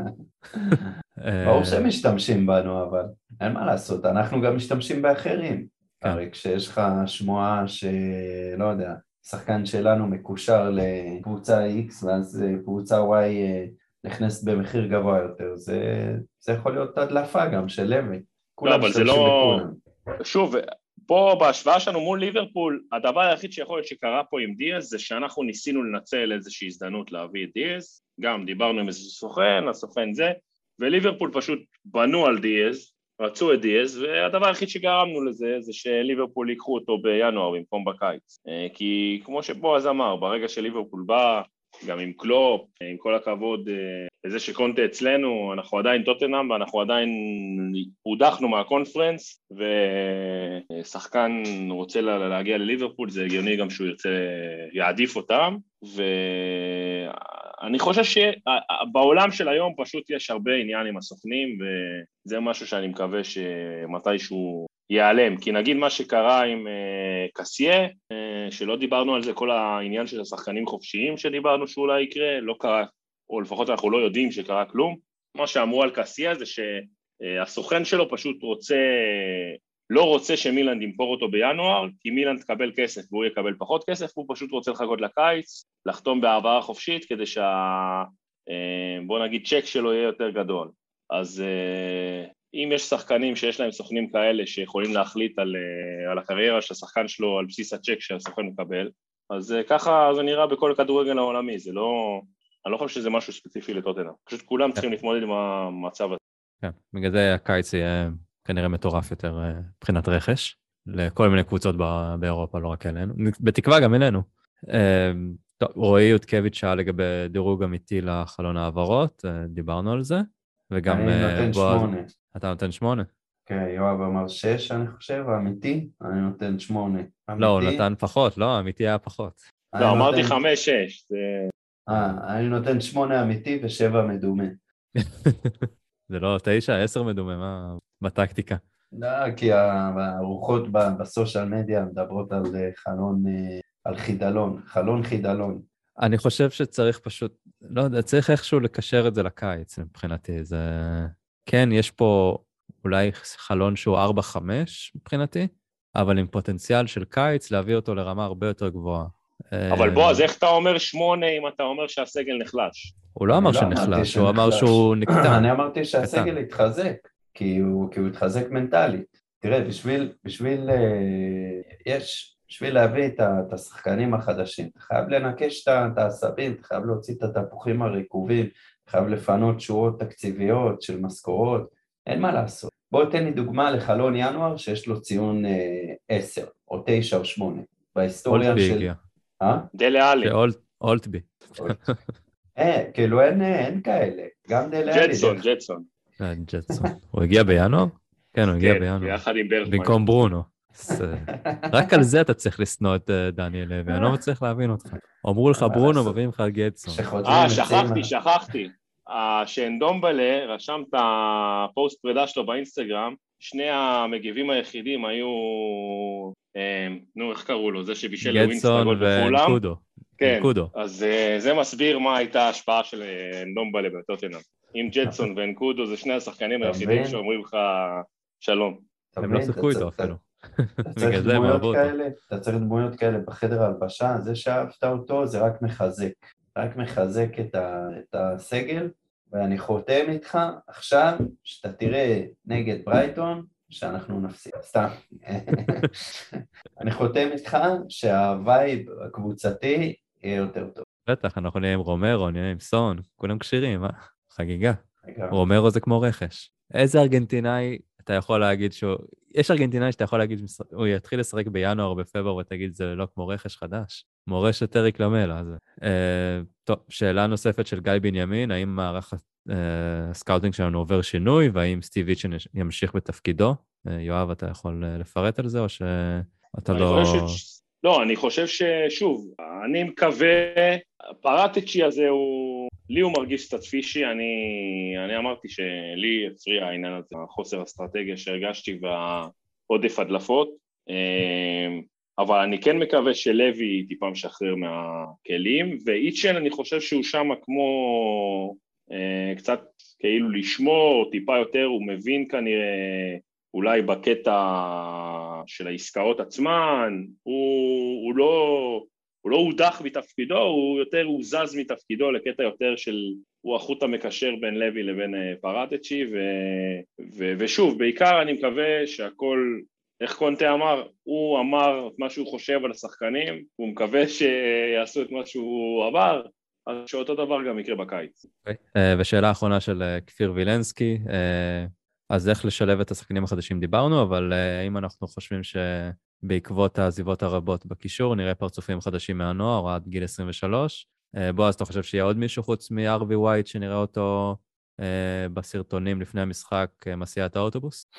ברור שהם משתמשים בנו, אבל אין מה לעשות, אנחנו גם משתמשים באחרים. הרי כשיש לך שמועה שלא יודע, שחקן שלנו מקושר לקבוצה X, ואז קבוצה Y נכנסת במחיר גבוה יותר, זה, זה יכול להיות הדלפה גם של לוי. לא, אבל זה לא... שוב, פה בהשוואה שלנו מול ליברפול, הדבר היחיד שיכול להיות שקרה פה עם דיאז, זה שאנחנו ניסינו לנצל איזושהי הזדמנות להביא את דיאז, גם דיברנו עם איזה סוכן, הסוכן זה, וליברפול פשוט בנו על דיאז, רצו את דיאז, והדבר היחיד שגרמנו לזה, זה שליברפול ייקחו אותו בינואר במקום בקיץ. כי כמו שבועז אמר, ברגע שליברפול בא, גם עם קלופ, עם כל הכבוד, לזה שקונטה אצלנו, אנחנו עדיין טוטנהאם, ואנחנו עדיין הודחנו מהקונפרנס, ושחקן רוצה להגיע לליברפול, זה הגיוני גם שהוא ירצה, יעדיף אותם, ואני חושב שבעולם של היום פשוט יש הרבה עניין עם הסוכנים, וזה משהו שאני מקווה שמתישהו ייעלם, כי נגיד מה שקרה עם קסיה, שלא דיברנו על זה, כל העניין של השחקנים חופשיים שדיברנו שאולי יקרה, לא קרה, או לפחות אנחנו לא יודעים שקרה כלום. מה שאמרו על קסיה זה שהסוכן שלו פשוט רוצה, לא רוצה שמילנד ימכור אותו בינואר, כי מילנד תקבל כסף והוא יקבל פחות כסף, הוא פשוט רוצה לחכות לקיץ, לחתום בהעברה חופשית, כדי שה, בוא נגיד, צ'ק שלו יהיה יותר גדול. אז אם יש שחקנים שיש להם סוכנים כאלה שיכולים להחליט על, על הקריירה של השחקן שלו, על בסיס הצ'ק שהסוכן מקבל, אז ככה זה נראה בכל כדורגל העולמי, זה לא, אני לא חושב שזה משהו ספציפי לטוטנהאם, פשוט כולם צריכים להתמודד עם המצב הזה. כן, בגלל זה הקיץ יהיה כנראה מטורף יותר מבחינת רכש, לכל מיני קבוצות באירופה, לא רק אלינו, בתקווה גם אלינו. טוב, רועי יודקביץ' שאל לגבי דירוג אמיתי לחלון העברות, דיברנו על זה, וגם... אני נותן שמונה. אתה נותן שמונה? כן, יואב אמר שש, אני חושב, אמיתי, אני נותן שמונה. לא, הוא נתן פחות, לא, אמיתי היה פחות. לא, אמרתי חמש, שש. אה, אני נותן שמונה אמיתי ושבע מדומה. זה לא תשע, עשר מדומה, מה בטקטיקה? לא, כי הרוחות בסושיאל מדיה מדברות על חלון, על חידלון, חלון חידלון. אני חושב שצריך פשוט, לא יודע, צריך איכשהו לקשר את זה לקיץ, מבחינתי. זה, כן, יש פה אולי חלון שהוא ארבע חמש מבחינתי, אבל עם פוטנציאל של קיץ להביא אותו לרמה הרבה יותר גבוהה. אבל בוא, אז איך אתה אומר שמונה אם אתה אומר שהסגל נחלש? הוא לא אמר שנחלש, הוא אמר שהוא נקטן. אני אמרתי שהסגל התחזק, כי הוא התחזק מנטלית. תראה, בשביל, יש... בשביל להביא את השחקנים החדשים, אתה חייב לנקש את העשבים, אתה חייב להוציא את התפוחים הרקובים, אתה חייב לפנות שורות תקציביות של משכורות, אין מה לעשות. בוא תן לי דוגמה לחלון ינואר שיש לו ציון עשר, או תשע או שמונה, בהיסטוריה של... הגיע. אה? דלה אלי. אולטבי. אה, כאילו אין כאלה, גם דלה אלי. ג'טסון, ג'טסון. ג'טסון. הוא הגיע בינואר? כן, הוא הגיע בינואר. כן, ביחד עם ברגמן. במקום ברונו. רק על זה אתה צריך לשנוא את דניאל לוי, אני לא מצליח להבין אותך. אמרו לך ברונו, מביאים לך גטסון. אה, שכחתי, שכחתי. שאנדומבלה רשם את הפוסט פרידה שלו באינסטגרם, שני המגיבים היחידים היו, נו, איך קראו לו? זה שבישל לווינסטגול בחולם. גטסון ונקודו. כן, אז זה מסביר מה הייתה ההשפעה של אנדומבלה בטוטנהאם. עם ג'טסון ונקודו זה שני השחקנים היחידים שאומרים לך שלום. הם לא שיחקו איתו אפילו. אתה צריך דמויות כאלה בחדר ההלבשה, זה שאהבת אותו זה רק מחזק, רק מחזק את הסגל, ואני חותם איתך עכשיו שאתה תראה נגד ברייטון שאנחנו נפסיד, סתם. אני חותם איתך שהווייב הקבוצתי יהיה יותר טוב. בטח, אנחנו נהיה עם רומרו, נהיה עם סון, כולם קשירים, אה? חגיגה. רגע. רומרו זה כמו רכש. איזה ארגנטינאי אתה יכול להגיד שהוא... יש ארגנטינאי שאתה יכול להגיד שהוא יתחיל לשחק בינואר או בפברואר ותגיד זה לא כמו רכש חדש. מורשת אריק למלה. זה. אה, טוב, שאלה נוספת של גיא בנימין, האם מערך הסקאוטינג שלנו עובר שינוי, והאם סטיב ויצ'ן ימשיך בתפקידו? אה, יואב, אתה יכול לפרט על זה או שאתה לא... ש... לא, אני חושב ששוב, אני מקווה, פרטצ'י הזה הוא, לי הוא מרגיש קצת פישי, אני, אני אמרתי שלי הפריע העניין הזה, החוסר אסטרטגיה שהרגשתי והעודף הדלפות, אבל אני כן מקווה שלוי טיפה משחרר מהכלים, ואיצ'ן אני חושב שהוא שם כמו קצת כאילו לשמור, טיפה יותר, הוא מבין כנראה, אולי בקטע של העסקאות עצמן, הוא, הוא לא, הוא לא הודח מתפקידו, הוא יותר, הוא זז מתפקידו לקטע יותר של, הוא החוט המקשר בין לוי לבין פרטצ'י, ו, ו, ושוב, בעיקר אני מקווה שהכל, איך קונטה אמר, הוא אמר את מה שהוא חושב על השחקנים, הוא מקווה שיעשו את מה שהוא אמר, אז שאותו דבר גם יקרה בקיץ. Okay. ושאלה האחרונה של כפיר וילנסקי, אז איך לשלב את השחקנים החדשים דיברנו, אבל האם אנחנו חושבים שבעקבות העזיבות הרבות בקישור, נראה פרצופים חדשים מהנוער עד גיל עשרים ושלוש? בועז, אתה חושב שיהיה עוד מישהו חוץ מ-ארווי ווייט שנראה אותו בסרטונים לפני המשחק מסיע את האוטובוס?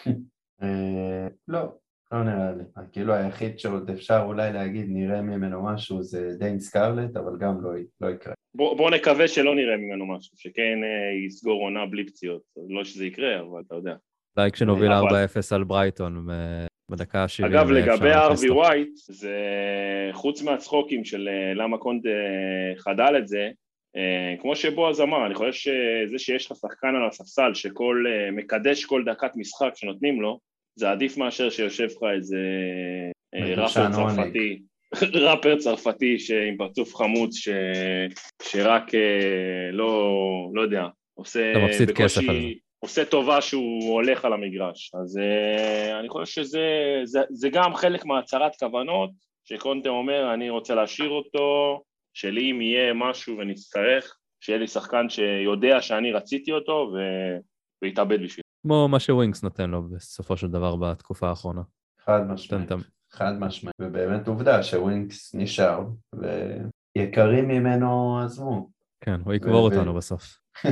לא, לא נראה לי. כאילו היחיד שעוד אפשר אולי להגיד נראה ממנו משהו זה דיין סקרלט, אבל גם לא יקרה. בוא נקווה שלא נראה ממנו משהו, שכן יסגור עונה בלי פציעות. לא שזה יקרה, אבל אתה יודע. אולי כשנוביל ארבע אפס על ברייטון בדקה ה-שבעים. אגב, לגבי ארווי ווייט, זה חוץ מהצחוקים של למה קונטה חדל את זה, כמו שבועז אמר, אני חושב שזה שיש לך שחקן על הספסל שכל מקדש כל דקת משחק שנותנים לו, זה עדיף מאשר שיושב לך איזה ראפר צרפתי. ראפר צרפתי עם פרצוף חמוץ ש... שרק לא, לא יודע, עושה בקושי, עושה טובה שהוא הולך על המגרש. אז אני חושב שזה זה, זה גם חלק מהצהרת כוונות, שקונטה אומר, אני רוצה להשאיר אותו, שלי אם יהיה משהו ונצטרך, שיהיה לי שחקן שיודע שאני רציתי אותו ו... ויתאבד בשביל. כמו מה שווינקס נותן לו בסופו של דבר בתקופה האחרונה. חד משמעית. חד משמעית, ובאמת עובדה שווינקס נשאר, ויקרים ממנו עזבו. כן, הוא יקבור אותנו בסוף.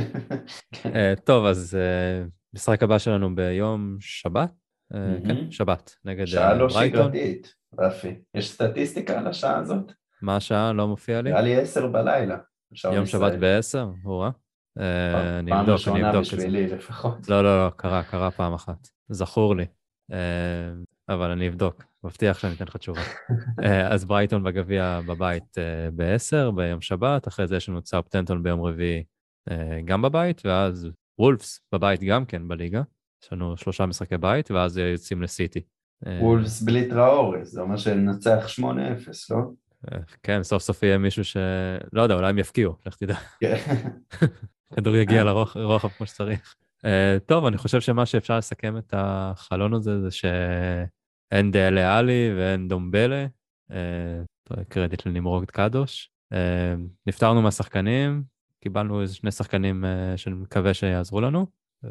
טוב, אז משחק הבא שלנו ביום שבת? כן, שבת, נגד ברייטון. שעה לא שגרתית, רפי. יש סטטיסטיקה על השעה הזאת? מה השעה? לא מופיע לי? נראה לי עשר בלילה. יום שבת בעשר? הוראה? אני אבדוק, אני אבדוק. פעם ראשונה בשבילי לפחות. לא, לא, לא, קרה, קרה פעם אחת. זכור לי. אבל אני אבדוק, מבטיח שאני אתן לך תשובה. אז ברייטון בגביע בבית ב-עשר ביום שבת, אחרי זה יש לנו סאות'המפטון ביום רביעי גם בבית, ואז וולפס בבית גם כן בליגה. יש לנו שלושה משחקי בית, ואז יוצאים לסיטי. וולפס בלי טראורי, זה אומר שננצח שמונה אפס, לא? כן, סוף סוף יהיה מישהו ש... לא יודע, אולי הם יפקיעו, לך תדע. כדור יגיע לרוחב כמו שצריך. טוב, אני חושב שמה שאפשר לסכם את החלון הזה, זה שאין דאלה עלי ואין דומבלה, קרדיט לנמרוד קדוש. נפטרנו מהשחקנים, קיבלנו איזה שני שחקנים שאני מקווה שיעזרו לנו,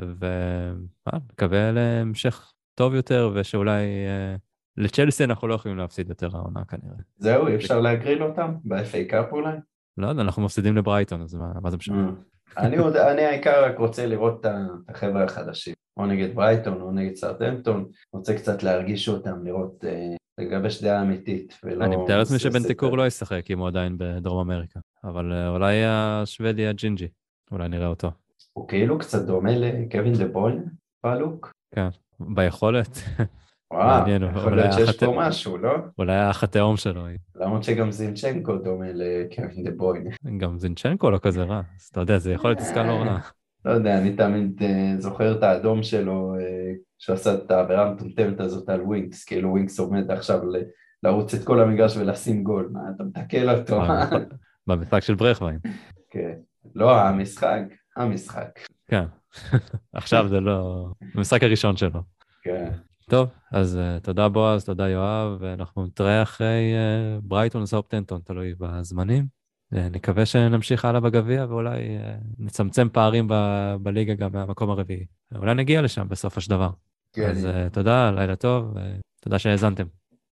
ומקווה להמשך טוב יותר, ושאולי לצ'לסי אנחנו לא יכולים להפסיד יותר העונה כנראה. זהו, אי אפשר להגריל אותם ב-אף איי קאפ אולי? לא יודע, אנחנו מפסידים לברייטון, אז מה זה משנה? אני העיקר רק רוצה לראות את החבר'ה החדשים, או נגד ברייטון, או נגד סאות'המפטון, רוצה קצת להרגיש אותם, לראות, לגבש דעה אמיתית. אני מתאר לעצמי שבנטיקור לא ישחק, אם הוא עדיין בדרום אמריקה, אבל אולי השוודי הג'ינג'י, אולי נראה אותו. הוא כאילו קצת דומה לקווין דה ברוינה, בלוק? כן, ביכולת. וואו, יכול להיות שיש פה משהו, לא? אולי האח התאום שלו. למרות שגם זינצ'נקו דומה לקווין דה ברוינה. גם זינצ'נקו לא כזה רע, אז אתה יודע, זה יכול להיות עסקה לא רע. לא יודע, אני תמיד זוכר את האדום שלו, שעשה את העבירה המטומטמת הזאת על ווינקס, כאילו ווינקס עומד עכשיו לרוץ את כל המגרש ולשים גול, מה, אתה מתקל אותו? במשחק של ברכווין. כן, לא, המשחק, המשחק. כן, עכשיו זה לא, המשחק הראשון שלו. כן. טוב, אז uh, תודה בועז, תודה יואב, ואנחנו נתראה אחרי uh, ברייטון סאות'המפטון, תלוי בזמנים. נקווה שנמשיך הלאה בגביע, ואולי נצמצם פערים ב- בליגה גם מהמקום הרביעי. אולי נגיע לשם בסוף השדבר. אז תודה, לילה טוב, ותודה שהאזנתם.